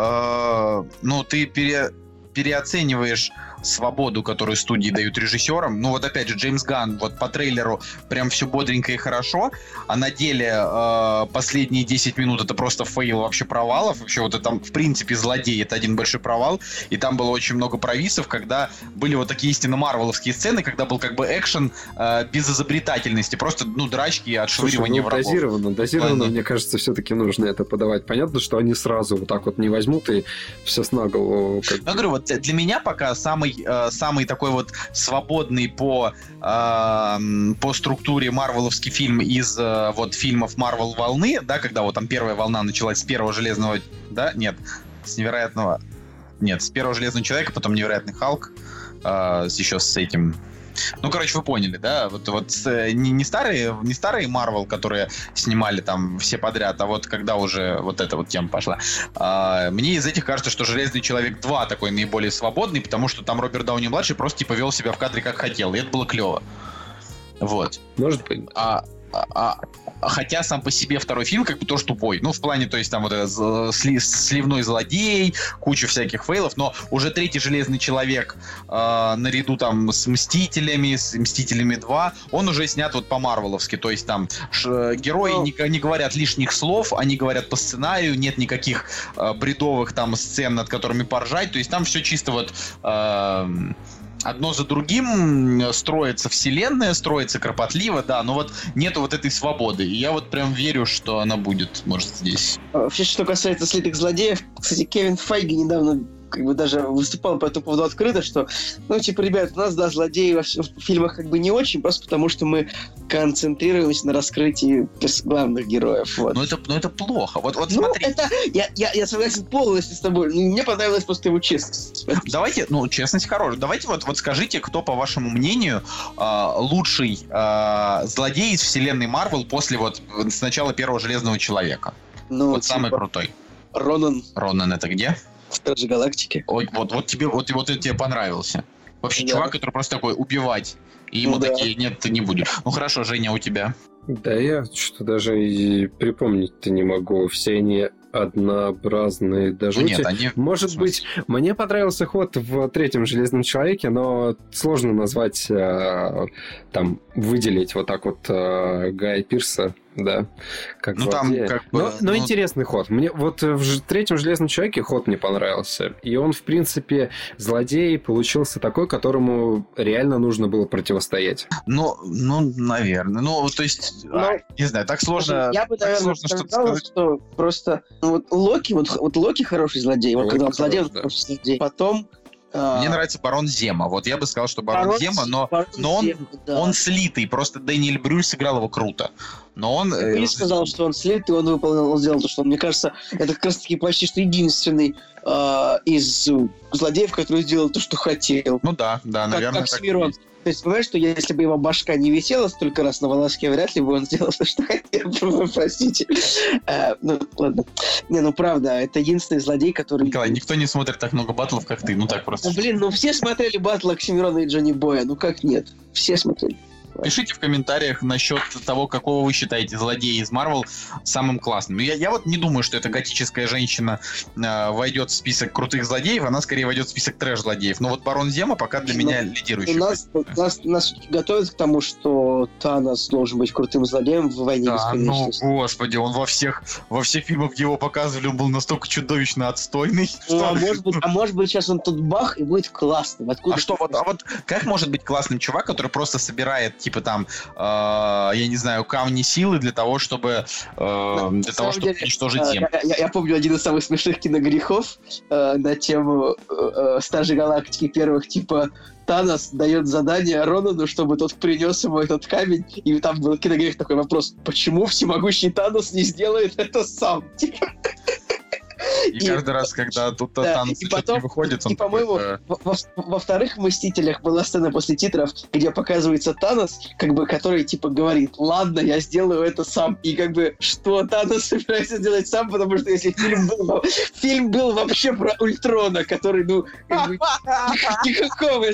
ты переоцениваешь свободу, которую студии дают режиссерам. Ну вот опять же, Джеймс Ганн, вот по трейлеру прям все бодренько и хорошо, а на деле последние 10 минут это просто фейл вообще провалов. Вообще вот это там, в принципе, злодей, это один большой провал. И там было очень много провисов, когда были вот такие истинно марвеловские сцены, когда был как бы экшен без изобретательности, просто, драчки, отшвыривание врагов. Дозированно, мне кажется, все-таки нужно это подавать. Понятно, что они сразу вот так вот не возьмут и все с наголову. Я говорю, вот для меня пока самый такой вот свободный по структуре марвеловский фильм из вот фильмов Марвел волны, да, когда вот там первая волна началась с первого железного, да, нет, с невероятного, нет, с первого железного человека, потом невероятный Халк, еще с этим. Ну, короче, вы поняли, да? Вот не старые Марвел, которые снимали там все подряд, а вот когда уже вот эта вот тема пошла. Мне из этих кажется, что «Железный человек 2» такой наиболее свободный, потому что там Роберт Дауни-младший просто типа вел себя в кадре как хотел, и это было клево. Вот. Может быть. Хотя сам по себе второй фильм как бы тоже тупой. Ну, в плане, то есть там вот этот сливной злодей, куча всяких фейлов, но уже третий «Железный человек» наряду там с «Мстителями 2», он уже снят вот по-марвеловски. То есть там герои не говорят лишних слов, они говорят по сценарию, нет никаких бредовых там сцен, над которыми поржать. То есть там все чисто вот... одно за другим строится вселенная, строится кропотливо, да, но вот нету вот этой свободы. И я вот прям верю, что она будет, может, здесь. Вообще, что касается слитых злодеев, кстати, Кевин Файги недавно как бы даже выступал по этому поводу открыто, что, ребят, у нас, да, злодеи в фильмах как бы не очень, просто потому что мы концентрируемся на раскрытии главных героев. Вот. Но это плохо. Вот смотри. Я согласен полностью с тобой. Мне понравилась просто его честность. Давайте, честность хорошая. Давайте вот скажите, кто, по вашему мнению, лучший злодей из вселенной Марвел после вот с начала первого Железного человека? Самый крутой. Ронан это где? Стражи Галактики. Ой, вот тебе понравился. Вообще, чувак, который просто такой убивать. И ему такие, нет, ты не будешь. Ну хорошо, Женя, у тебя? Да я что даже и припомнить-то не могу. Все они однообразные даже. Может быть, мне понравился ход в третьем «Железном человеке», но сложно назвать, выделить вот так вот Гая Пирса да. Как ну, там как бы... Но интересный ход. Мне вот в третьем «Железном человеке» ход мне понравился. И он, в принципе, злодей получился такой, которому реально нужно было противостоять. Ну, наверное. Ну, то есть, не знаю, так сложно... Я бы, наверное, сказал, что просто вот Локи хороший злодей. Вот когда он злодей, он хороший злодей. Потом... Мне нравится Барон Зема. Вот я бы сказал, что Барон Зема, но он слитый. Просто Дэниэль Брюль сыграл его круто. Но он... Я не сказал, что он слитый, он сделал то, что он, мне кажется, это как раз-таки почти что единственный из злодеев, который сделал то, что хотел. Ну да, наверное. Как Оксимирон. То есть, понимаешь, что если бы его башка не висела столько раз на волоске, вряд ли бы он сделал то, что хотел. Простите. Ну, ладно. Правда, это единственный злодей, который... Николай, никто не смотрит так много баттлов, как ты. Ну, так просто. Все смотрели батл Оксимирона и Джонни Боя. Ну, как нет? Все смотрели. Пишите в комментариях насчет того, какого вы считаете злодея из Марвел самым классным. Я вот не думаю, что эта готическая женщина войдет в список крутых злодеев, она скорее войдет в список трэш-злодеев. Но вот Барон Зема пока для меня лидирующий. Нас готовят к тому, что Танос должен быть крутым злодеем в «Войне бесконечности». Ну, господи, он во всех фильмах, где его показывали, он был настолько чудовищно отстойный. А может быть, сейчас он тут бах и будет классным. Откуда? Вот как может быть классным чувак, который просто собирает типа там, я не знаю, камни силы для того, чтобы уничтожить Землю. Я помню один из самых смешных киногрехов на тему Стражей Галактики первых, типа Танос дает задание Ронану, чтобы тот принес ему этот камень, и там был киногрех такой вопрос: почему всемогущий Танос не сделает это сам? И каждый раз, когда тут Танос не выходит, он... И, по-моему, во вторых «Мстителях» была сцена после титров, где показывается Танос, как бы, который, типа, говорит: ладно, я сделаю это сам. И, как бы, что Танос собирается делать сам, потому что если фильм был вообще про Ультрона, который, ну, как бы, никакого...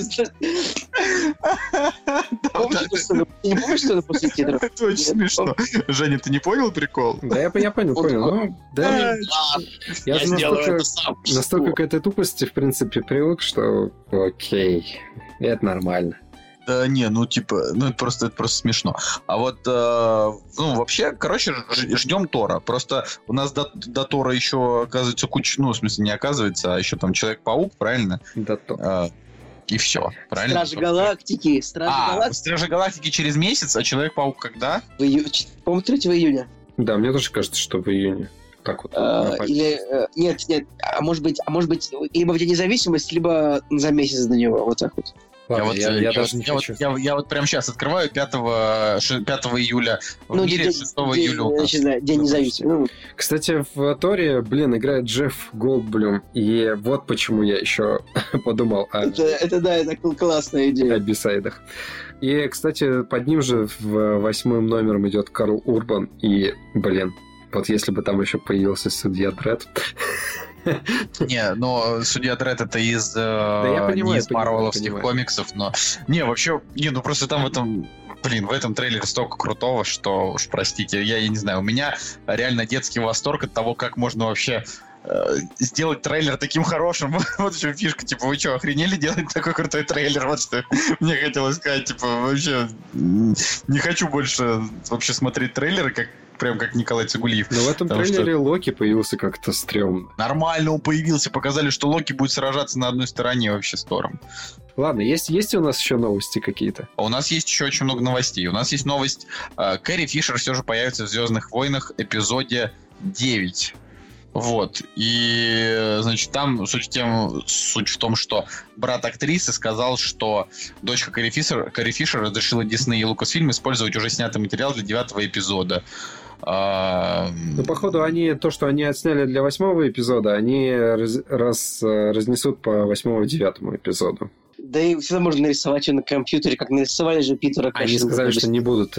Не помнишь сцену после титров? Это очень смешно. Женя, ты не понял прикол? Да, я понял. Ну, да, я настолько к этой тупости, в принципе, привык, что окей, это нормально. Да не, это просто смешно. А вот, вообще, короче, ждем Тора. Просто у нас до Тора еще, оказывается, куча, в смысле, не оказывается, а еще там Человек-паук, правильно? До Тора. И все, правильно? Стражи Галактики. Стражи Галактики через месяц, а Человек-паук когда? По-моему, 3 июня. Да, мне тоже кажется, что в июне. Так вот. Нет. А может быть, либо в День независимости, либо за месяц до него. Вот так вот. Ладно, я даже не хочу. Я вот прямо сейчас открываю 5 июля в мире, 6 июля у нас. День независимости. Кстати, в Торе, играет Джефф Голдблюм. И вот почему я еще подумал о... Это классная идея. О бисайдах. И, кстати, под ним же в 8-м номером идет Карл Урбан. И, вот если бы там еще появился Судья Дред. Не, но Судья Дред это не из марвеловских комиксов, но... просто там в этом трейлере столько крутого, что уж простите, я не знаю, у меня реально детский восторг от того, как можно вообще сделать трейлер таким хорошим. Вот в чем фишка, вы что, охренели делать такой крутой трейлер? Вот что мне хотелось сказать, вообще не хочу больше вообще смотреть трейлеры, как Николай Цигулиев. Но в этом трейлере Локи появился как-то стрёмно. Нормально он появился, показали, что Локи будет сражаться на одной стороне вообще с Тором. Ладно, есть у нас еще новости какие-то? У нас есть еще очень много новостей. У нас есть новость. Кэрри Фишер все же появится в «Звездных войнах» эпизоде 9. Вот. И, значит, там суть в том, что брат актрисы сказал, что дочка Кэрри Фишер разрешила Дисней и Lucasfilm использовать уже снятый материал для 9-го эпизода. Походу, то, что они отсняли для 8-го эпизода, они разнесут по 8-му и 9-му эпизоду. Да и всегда можно нарисовать ее на компьютере, как нарисовали же Питера Кашина. Они сказали, что не будут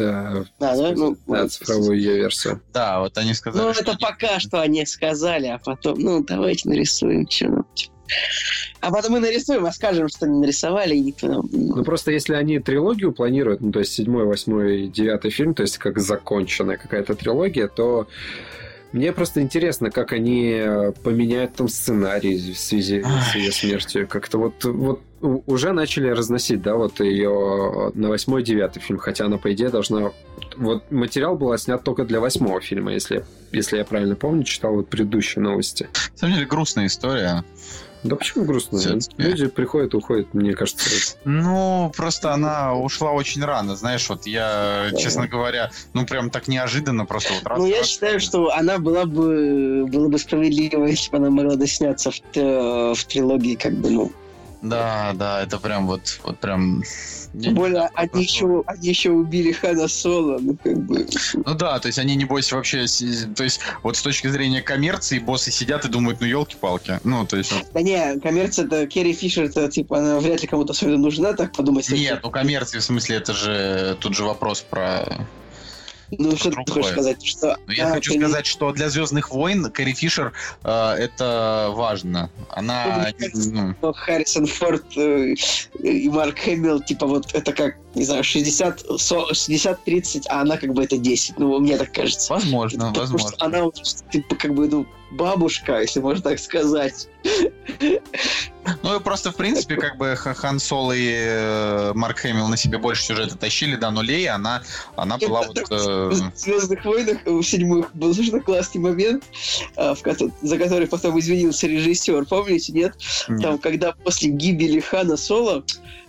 цифровую ее версию. Да, вот они сказали. Ну, это пока что они сказали, а потом, давайте нарисуем что-нибудь. А потом мы нарисуем, а скажем, что не нарисовали, и никто нам... просто если они трилогию планируют, то есть 7-й, 8-й, 9-й фильм, то есть как законченная какая-то трилогия, то мне просто интересно, как они поменяют там сценарий в связи с ее смертью. Как-то вот уже начали разносить, да, вот ее на 8-й, 9-й фильм, хотя она, по идее, должна... Вот материал был снят только для 8-го фильма, если я правильно помню, читал вот предыдущие новости. На самом деле грустная история. Да почему грустно? Люди приходят и уходят, мне кажется. Ну, просто она ушла очень рано, знаешь, вот я, честно говоря, ну, прям так неожиданно просто вот раз. Ну, я считаю, что она было бы справедливо, если бы она могла досняться в трилогии, как бы, ну. Да, это прям вот прям... Тем более, они еще убили Хана Соло, ну, как бы... Ну да, то есть они, небось, вообще... То есть вот с точки зрения коммерции боссы сидят и думают, ну, елки-палки. Ну, то есть... Да не, коммерция-то, Керри Фишер-то, типа, она вряд ли кому-то особенно нужна, так подумать. Нет, ну, коммерции, в смысле, это же... Тут же вопрос про... Ну, что ты хочешь сказать? Что... Я хочу сказать, что для «Звездных войн» Керри Фишер это важно. Она... Харрисон Форд и Марк Хэмилл, типа, вот это как, не знаю, 60-30, а она как бы это 10. Ну, мне так кажется. Возможно. Потому что она уже, типа, как бы, ну, бабушка, если можно так сказать. Ну и просто, в принципе, как бы Хан Соло и Марк Хэмилл на себе больше сюжета тащили, да, но Лея, она была вот... В «Звездных войнах» в 7-х был совершенно классный момент, за который потом извинился режиссер, помните, нет? Там, когда после гибели Хана Соло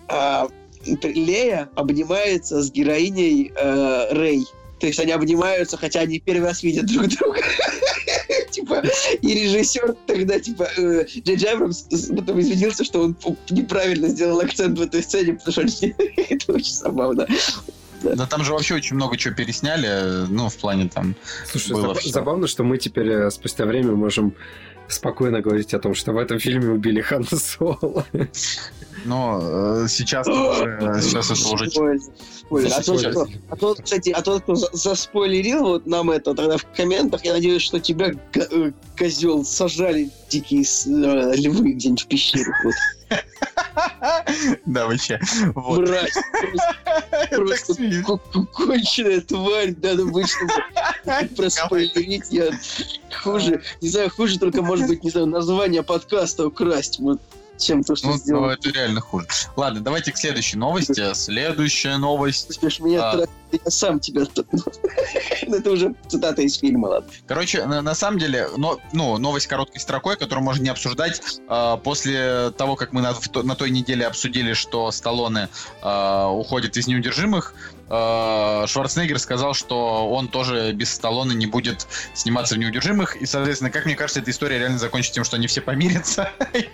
Лея обнимается с героиней Рей. То есть они обнимаются, хотя они первый раз видят друг друга. Типа, и режиссер тогда, типа, Джей Джей Абрамс потом извинился, что он неправильно сделал акцент в этой сцене, потому что это очень забавно. Да там же вообще очень много чего пересняли, ну, в плане там... Слушай, забавно, что мы теперь спустя время можем спокойно говорить о том, что в этом фильме убили Хана Соло. Но сейчас это уже... А тот, кто заспойлерил вот нам это тогда в комментах, я надеюсь, что тебя, козел, сожрали дикие львы где-нибудь в пещере. Да, вообще. Мразь. Просто конченая тварь. Надо быть, чтобы проспойлерить. Я хуже, не знаю, хуже только, может быть, не знаю, название подкаста украсть. Вот чем то, что сделал. Ну, это реально хуже. Ладно, давайте к следующей новости. Следующая новость. Меня я сам тебя... Это уже цитата из фильма, ладно. Короче, на самом деле, новость короткой строкой, которую можно не обсуждать. После того, как мы на той неделе обсудили, что Сталлоне уходит из «Неудержимых», Шварценеггер сказал, что он тоже без Сталлоне не будет сниматься в «Неудержимых». И, соответственно, как мне кажется, эта история реально закончится тем, что они все помирятся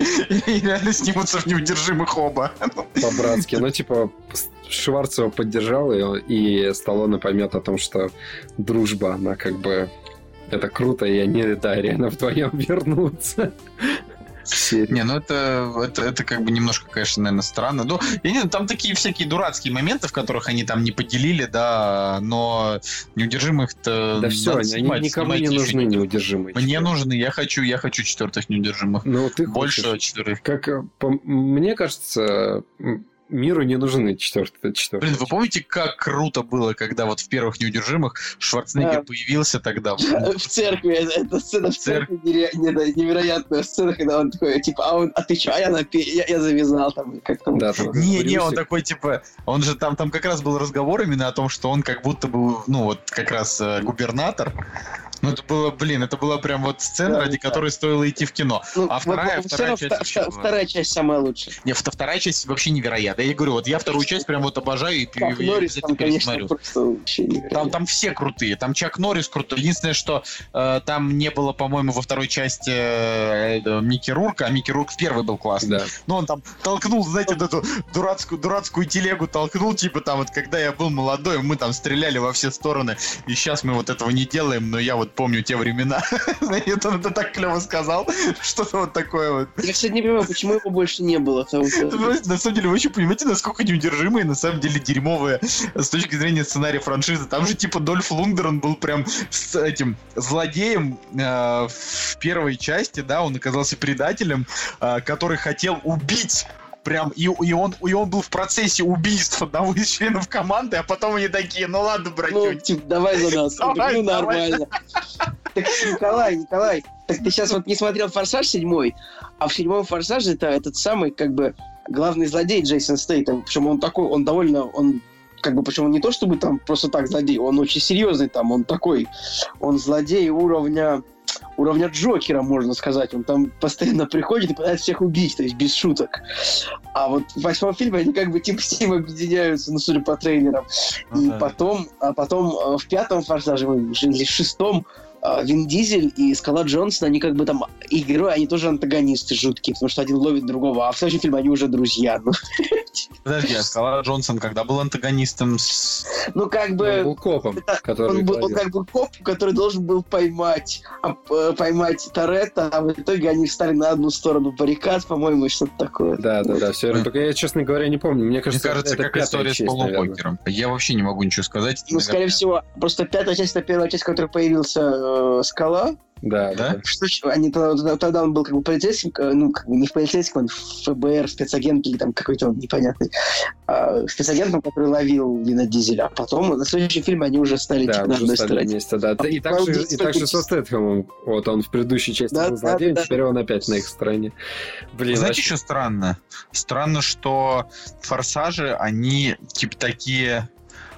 и реально снимутся в «Неудержимых» оба. По-братски. Ну, типа, Шварц его поддержал, и Сталлоне поймет о том, что дружба, она как бы... Это круто, и они, да, реально вдвоем вернутся. Не, ну это как бы немножко, конечно, наверное, странно. Ну, я не знаю, там такие всякие дурацкие моменты, в которых они там не поделили, да, но «Неудержимых»-то... Да все, они никому не нужны, «Неудержимые». Мне нужны, я хочу четвертых «Неудержимых». Ну, ты больше хочешь. четверых. Как, мне кажется... Миру не нужны четвертые. Блин, вы помните, как круто было, когда вот в первых «Неудержимых» Шварценеггер появился тогда? В церкви. Эта сцена в церкви невероятная сцена, когда он такой, типа, а ты чё? А я завязал там. Да, не, он такой, типа, он же там как раз был разговор именно о том, что он как будто бы, ну вот как раз губернатор. Ну, это была прям вот сцена, ради которой стоило идти в кино. Ну, а вторая часть... Вторая часть самая лучшая. Не, вторая часть вообще невероятная. Я говорю, вот я вторую часть прям вот обожаю и обязательно пересмотрю. Там все крутые. Там Чак Норрис крутой. Единственное, что там не было, по-моему, во второй части Микки Рурка, а Микки Рурк в первой был классный. Да. Но он там толкнул, знаете, вот эту дурацкую телегу толкнул, типа там вот, когда я был молодой, мы там стреляли во все стороны, и сейчас мы вот этого не делаем, но я вот помню те времена. Он это так клево сказал. Что-то вот такое вот. Я, кстати, не понимаю, почему его больше не было. На самом деле, вы еще понимаете, насколько «Неудержимые» на самом деле дерьмовые с точки зрения сценария франшизы. Там же типа Дольф Лундгрен был прям с этим злодеем в первой части, да, он оказался предателем, который хотел убить прям, и он был в процессе убийства одного из членов команды, а потом они такие, ну ладно, братюнь. Ну, типа, давай за нас. Ну, нормально. Так, Николай, так ты сейчас вот не смотрел «Форсаж» 7, а в 7-м «Форсаже» это этот самый, как бы, главный злодей Джейсон Стейтем, причем он такой, он довольно, он как бы, причем он не то чтобы там просто так злодей, он очень серьезный там, он такой, он злодей уровня Джокера, можно сказать. Он там постоянно приходит и пытается всех убить, то есть без шуток. А вот в 8-м фильме они как бы типа с ним объединяются, ну, судя по трейлерам. И потом в 5-м «Форсаже», или в 6-м, Вин Дизель и Скала Джонсон, они как бы там и герои, они тоже антагонисты жуткие, потому что один ловит другого, а в следующем фильме они уже друзья. Ну. Подожди, а Скала Джонсон когда был антагонистом? Ну, как бы... Он был копом, он как бы коп, который должен был поймать Торетто, а в итоге они встали на одну сторону баррикад, по-моему, что-то такое. Да, все верно. Только я, честно говоря, не помню. Мне кажется, это как история с Полом Уокером. Я вообще не могу ничего сказать. Ну, скорее всего, просто 5-я часть — это первая часть, в которой появился Скала. Да. Что, они, тогда он был как бы полицейским, ну, как бы не в полицейском, он в ФБР, спецагент или там какой-то он непонятный, спецагентом, который ловил Вина Дизеля. А потом на следующем фильме они уже стали да, на одной стороне. Вместе, да. И также со Стэтхэмом. Вот он в предыдущей части был злодеем, теперь он опять на их стороне. Блин, знаете, что странно? Странно, что «Форсажи», они типа такие...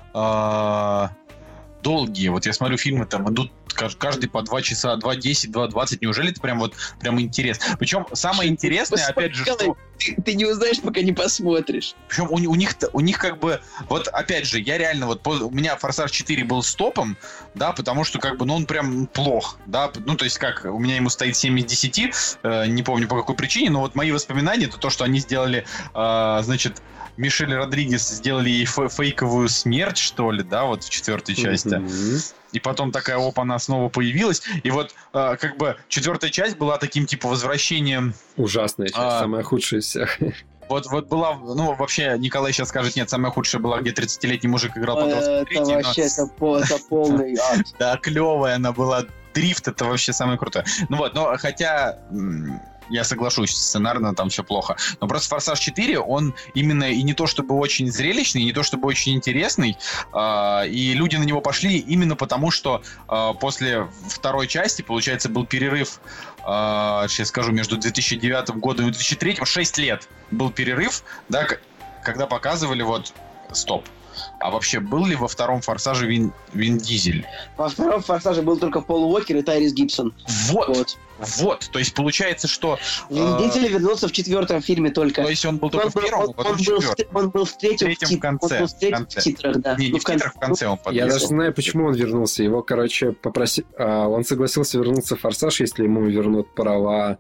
долгие. Вот я смотрю фильмы, там идут каждый по 2 часа, 2:10, 2:20. Неужели это прям интересно? Причем самое интересное, опять же, что... Ты не узнаешь, пока не посмотришь. Причем у них как бы... Вот опять же, я реально... Вот у меня «Форсаж 4» был стопом, да, потому что как бы, ну, он прям плох, да. Ну, то есть как, у меня ему стоит 7 из 10, не помню по какой причине, но вот мои воспоминания, это то, что они сделали, значит... Мишель Родригес сделали ей фейковую смерть, что ли, да, вот в 4-й части. И потом такая она снова появилась. И вот как бы 4-я часть была таким типа возвращением... Ужасная часть, самая худшая из всех. Вот была, ну, вообще, Николай сейчас скажет, нет, самая худшая была, где 30-летний мужик играл по 23-й. Это вообще, это полный ад. Да, клевая она была. Дрифт — это вообще самое крутое. Ну вот, но хотя... Я соглашусь, сценарно там все плохо. Но просто «Форсаж 4», он именно и не то чтобы очень зрелищный, и не то чтобы очень интересный, и люди на него пошли именно потому, что после 2-й части, получается, был перерыв, сейчас скажу, между 2009 годом и 2003, 6 лет был перерыв, да, когда показывали вот «Стоп». А вообще, был ли во 2-м «Форсаже» Вин Дизель? Во 2-м «Форсаже» был только Пол Уокер и Тайрис Гибсон. Вот. То есть получается, что... Вин Дизель вернулся в 4-м фильме только. То есть он был только в 1-м, потом в 4-м. Он был в 3-м в конце. Он был в 3-м в титрах, да. Не в титрах, в конце он подъехал. Я даже знаю, почему он вернулся. Его, короче, он согласился вернуться в «Форсаж», если ему вернут права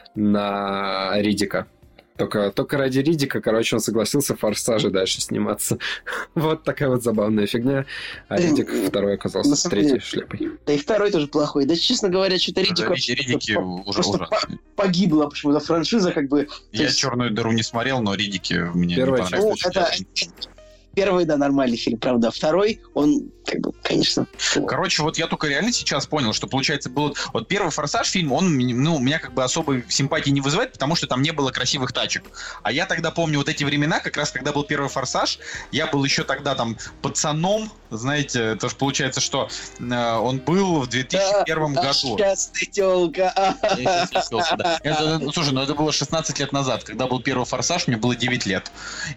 на Риддика. Только ради Риддика, короче, он согласился в «Форсаже» дальше сниматься. Вот такая вот забавная фигня. А Риддик 2-й оказался с 3-й шляпой. Да и 2-й тоже плохой. Да, честно говоря, что-то Риддики просто погибла почему-то франшиза, как бы... Я «Черную дыру» не смотрел, но Риддики мне не понравились. Первый, да, нормальный фильм, правда. 2-й, он, как бы, конечно... Короче, вот я только реально сейчас понял, что, получается, был... Вот первый «Форсаж» фильм, он, ну, у меня как бы особой симпатии не вызывает, потому что там не было красивых тачек. А я тогда помню вот эти времена, как раз когда был первый «Форсаж», я был еще тогда там пацаном, знаете, это же получается, что он был в 2001 году. Сейчас ты тёлка. Слушай, ну это было 16 лет назад, когда был первый «Форсаж», мне было 9 лет.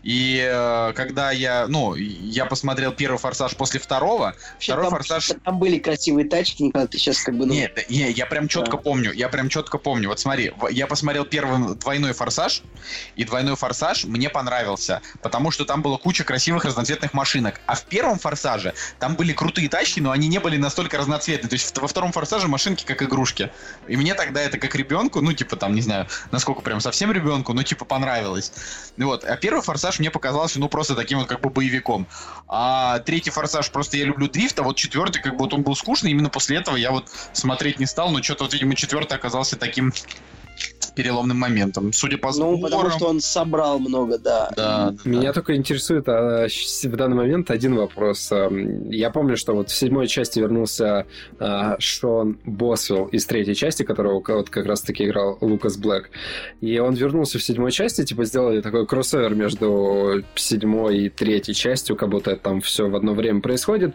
И когда я посмотрел первый «Форсаж» после второй «Форсаж». Там были красивые тачки, Николай, ты сейчас как бы... Нет, я прям четко помню. Вот смотри, я посмотрел первый двойной «Форсаж», и двойной «Форсаж» мне понравился, потому что там была куча красивых разноцветных машинок. А в первом «Форсаже» там были крутые тачки, но они не были настолько разноцветные. То есть во втором «Форсаже» машинки как игрушки. И мне тогда это как ребенку, ну типа там, не знаю, насколько прям совсем ребенку, но типа понравилось. Вот. А первый «Форсаж» мне показался, ну просто таким вот как бы боевиком. А 3-й «Форсаж» просто я люблю дрифт, а вот 4-й как бы вот он был скучный, именно после этого я вот смотреть не стал, но что-то вот, видимо, 4-й оказался таким переломным моментом, судя по сборам. Ну, потому что он собрал много, да. Меня только интересует в данный момент один вопрос. Я помню, что вот в 7-й части вернулся Шон Босвелл из 3-й части, которого вот как раз-таки играл Лукас Блэк. И он вернулся в 7-й части, типа сделали такой кроссовер между 7-й и 3-й частью, как будто там все в одно время происходит.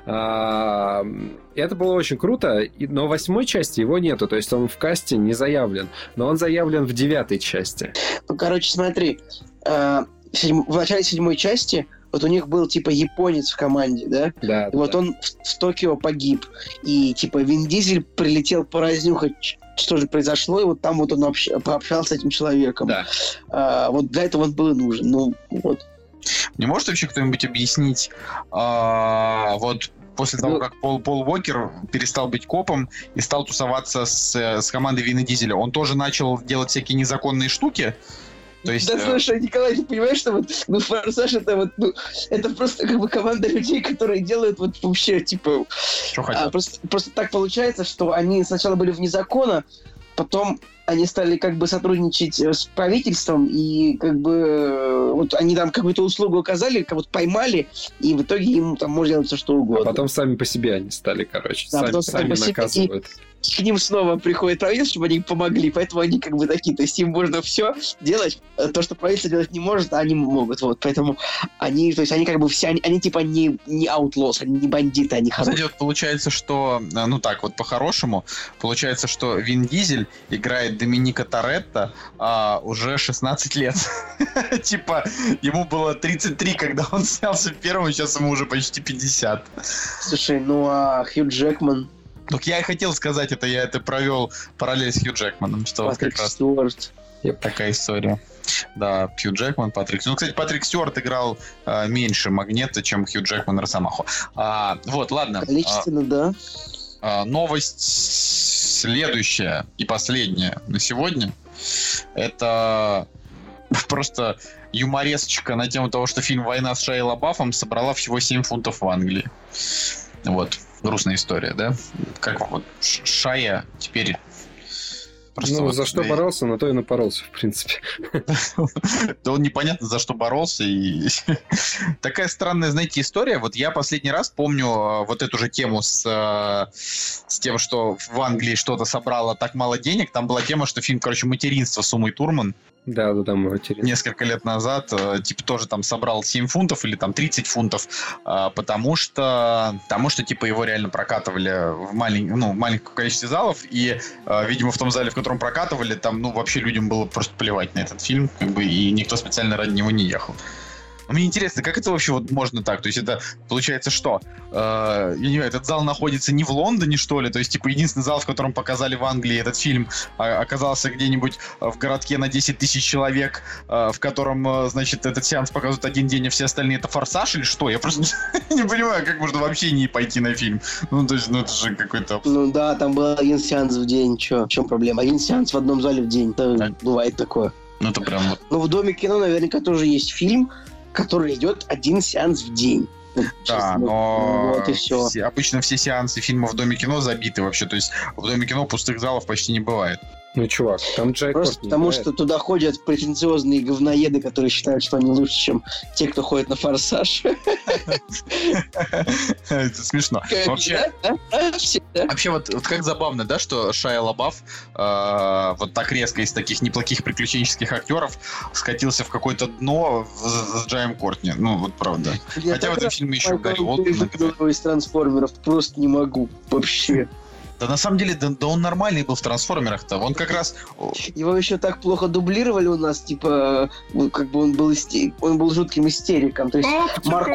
И это было очень круто, но в 8-й части его нету, то есть он в касте не заявлен, но он заявлен в 9-й части. Ну, короче, смотри, в начале 7-й части вот у них был, типа, японец в команде, да? Да. И вот он в Токио погиб. И, типа, Вин Дизель прилетел поразнюхать, что же произошло, и вот там вот он пообщался с этим человеком. Да. Вот для этого он был и нужен. Ну, вот. Не может вообще кто-нибудь объяснить, вот после того, как Пол Уокер перестал быть копом и стал тусоваться с командой Вина Дизеля, он тоже начал делать всякие незаконные штуки? То есть, да, слушай, Николай, ты понимаешь, что вот, «Форсаж» это вот, это просто как бы команда людей, которые делают вот вообще, типа... Что хотят. Просто так получается, что они сначала были вне закона, потом они стали как бы сотрудничать с правительством, и как бы вот они там какую-то услугу оказали, кого-то поймали, и в итоге им там можно делать все, что угодно. А потом сами по себе они стали, короче. Да, сами наказывают. К ним снова приходит правительство, чтобы они помогли, поэтому они как бы такие, то есть им можно все делать, то, что правительство делать не может, а они могут, вот, поэтому они, то есть они как бы все, они типа не outlaws, они не бандиты, они хорошие. Кстати, вот получается, что, ну так вот по-хорошему, получается, что Вин Дизель играет Доминика Торетто уже 16 лет. Типа, ему было 33, когда он снялся в первом, сейчас ему уже почти 50. Слушай, ну а Хью Джекман... Так я и хотел сказать это, я это провел параллель с Хью Джекманом, что Патрик как раз Стюарт. такая история. Да, Хью Джекман, Патрик. Ну, кстати, Патрик Стюарт играл меньше Магнета, чем Хью Джекман Росомаху. Вот, ладно. Количественно, да. Новость следующая и последняя на сегодня. Это просто юморесочка на тему того, что фильм «Война с Шайей Лабафом» собрала всего 7 фунтов в Англии. Вот. Грустная история, да? Как вот Шайя теперь... Ну, вот за что боролся, на то и напоролся, в принципе. Да он непонятно за что боролся. И... Такая странная, знаете, история. Вот я последний раз помню вот эту же тему с тем, что в Англии что-то собрало так мало денег. Там была тема, что фильм, короче, «Материнство» с Умой Турман. Да, материнство. Несколько лет назад, типа, тоже там собрал 7 фунтов или там 30 фунтов, потому что, типа, его реально прокатывали в маленьком количестве залов, и, видимо, в том зале, в котором прокатывали, там, вообще людям было просто плевать на этот фильм, как бы, и никто специально ради него не ехал. Но мне интересно, как это вообще вот можно так? То есть это получается что? Я не знаю, этот зал находится не в Лондоне, что ли? То есть, типа, единственный зал, в котором показали в Англии этот фильм, оказался где-нибудь в городке на 10 тысяч человек, в котором, значит, этот сеанс показывают один день, а все остальные это «Форсаж» или что? Я просто не понимаю, как можно вообще не пойти на фильм. Ну, то есть, это же какой-то... Ну да, там был один сеанс в день, чё? В чем проблема? Один сеанс в одном зале в день. Бывает такое. Ну, это прям вот... Ну, в Доме кино наверняка тоже есть фильм, который идет один сеанс в день. Да, но вот и все. Обычно все сеансы фильмов в Доме кино забиты вообще. То есть в Доме кино пустых залов почти не бывает. Ну, чувак, там Джек просто потому, что туда ходят претенциозные говноеды, которые считают, что они лучше, чем те, кто ходит на «Форсаж». Это смешно. Вообще, вот как забавно, да, что Шайя Лабаф вот так резко из таких неплохих приключенческих актеров скатился в какое-то дно с Джаем Кортни. Ну, вот правда. Хотя в этом фильме еще Гарри Олдман. Из «Трансформеров» просто не могу вообще. Да на самом деле, да он нормальный был в «Трансформерах»-то. Он как раз... Его еще так плохо дублировали у нас, типа, как бы он был жутким истериком. То есть Марк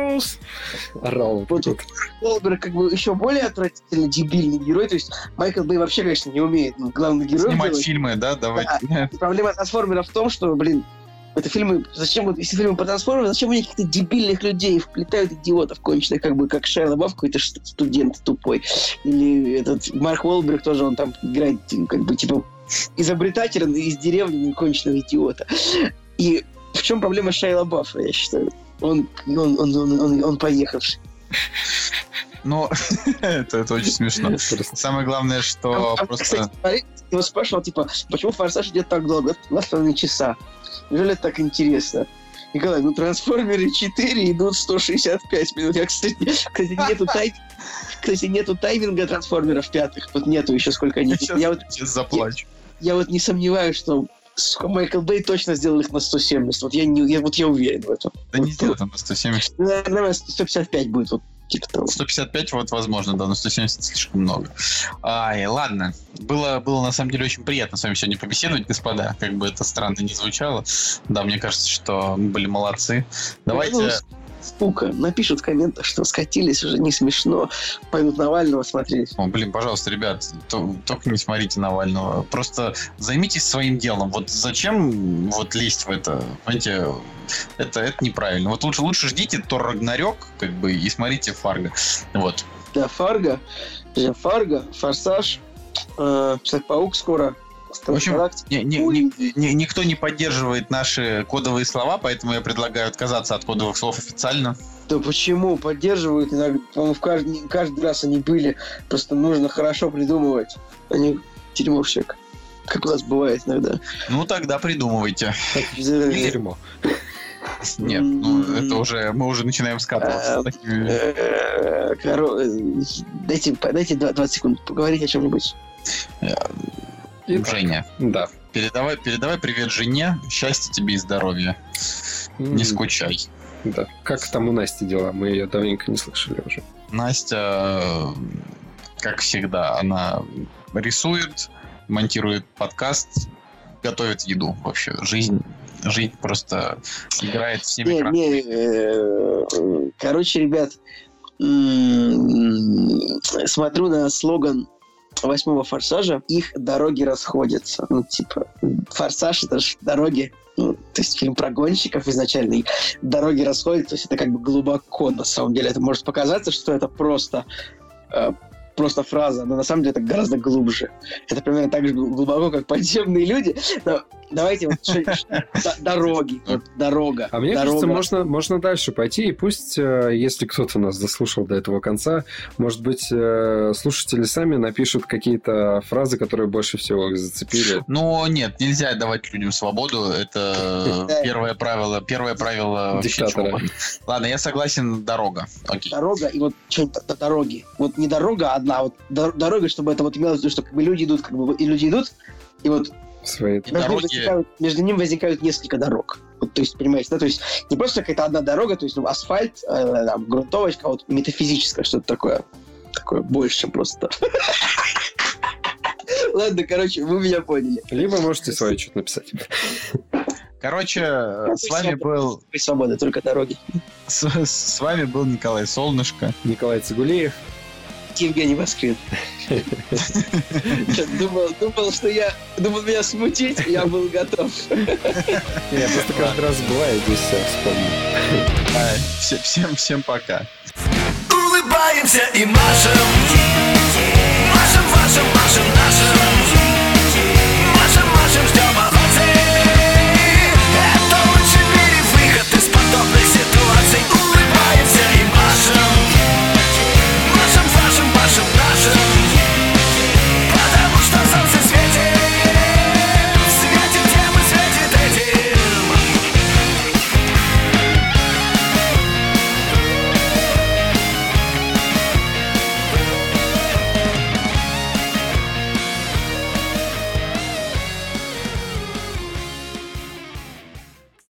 Уолберг как бы еще более отвратительно дебильный герой. То есть Майкл Бэй вообще, конечно, не умеет главный герой снимать делать. Фильмы, да? Давайте. Проблема «Трансформеров» в том, что, это фильмы, если фильмы по трансформерам, зачем они каких-то дебильных людей вплетают, идиотов конченых, как бы как Шайя Лабаф, какой-то студент тупой. Или этот Марк Уолберг тоже, он там играет, как бы, типа, изобретателя из деревни конченого идиота. И в чем проблема Шайи Лабафа, я считаю? Он поехавший. Ну, это очень смешно. Самое главное, что просто... Кстати, его спрашивал, типа, почему «Форсаж» идет так долго? 2,5 часа. Неужели это так интересно? Николай, «Трансформеры 4» идут 165 минут. Кстати, нету тайминга «Трансформеров» пятых. Вот нету еще сколько они. Я сейчас заплачу. Я вот не сомневаюсь, что Майкл Бэй точно сделал их на 170. Я уверен в этом. Да не сделал там на 170. Наверное, 155 будет. Вот Типа того. 155 вот возможно, да, но 170 слишком много. Ай, ладно. Было на самом деле очень приятно с вами сегодня побеседовать, господа. Как бы это странно не звучало. Да, мне кажется, что мы были молодцы. Давайте... Сука, напишут в комментах, что скатились, уже не смешно, пойдут Навального смотреть. О, блин, пожалуйста, ребят, только не смотрите Навального. Просто займитесь своим делом. Вот зачем вот лезть в это? Понимаете, это неправильно. Вот лучше ждите Тор Рагнарёк, как бы, и смотрите Фарго. Вот. Да, Фарго, Форсаж, Человек-паук скоро. В общем, никто не поддерживает наши кодовые слова, поэтому я предлагаю отказаться от кодовых слов официально. Да почему? Поддерживают иногда. По-моему, каждый раз они были. Просто нужно хорошо придумывать. Они дерьмовщик. Как у нас бывает иногда. Ну, тогда придумывайте. Дерьмо. Нет, ну это уже... Мы уже начинаем скатываться. Дайте 20 секунд поговорить о чем-нибудь. Женя. Да. Передавай привет жене. Счастья тебе и здоровья. Не скучай. Да. Как там у Насти дела? Мы ее давненько не слышали уже. Настя, как всегда, она рисует, монтирует подкаст, готовит еду. Вообще, жизнь просто играет всеми красками. Короче, ребят, смотрю на слоган 8-го «Форсажа», их дороги расходятся. Ну, типа, «Форсаж» — это же дороги, то есть фильм про гонщиков изначально, и дороги расходятся, то есть это как бы глубоко, на самом деле. Это может показаться, что это просто фраза, но на самом деле это гораздо глубже. Это примерно так же глубоко, как подземные люди. Но давайте вот дороги. Вот, дорога. А мне кажется, можно дальше пойти, и пусть, если кто-то нас дослушал до этого конца, может быть, слушатели сами напишут какие-то фразы, которые больше всего их зацепили. Ну, нет, нельзя давать людям свободу. Это первое правило диктатора. Ладно, я согласен, дорога. Окей. Дорога и вот что-нибудь дороги. Вот не дорога одна, а вот дорога, чтобы это вот имелось в виду, что как бы люди идут, и вот между ними возникают несколько дорог. Вот, то есть, понимаете, да, то есть не просто какая-то одна дорога, то есть асфальт, там, грунтовочка, а вот метафизическое что-то такое больше, чем просто. Ладно, короче, вы меня поняли. Либо можете свое что-то написать. Короче, с вами был... Свобода, только дороги. С вами был Николай Солнышко. Николай Цигулиев. Евгений Москвин. Думал меня смутить, я был готов. Я просто каждый раз бываю здесь вспомню. Всем пока. Улыбаемся и машем, машем,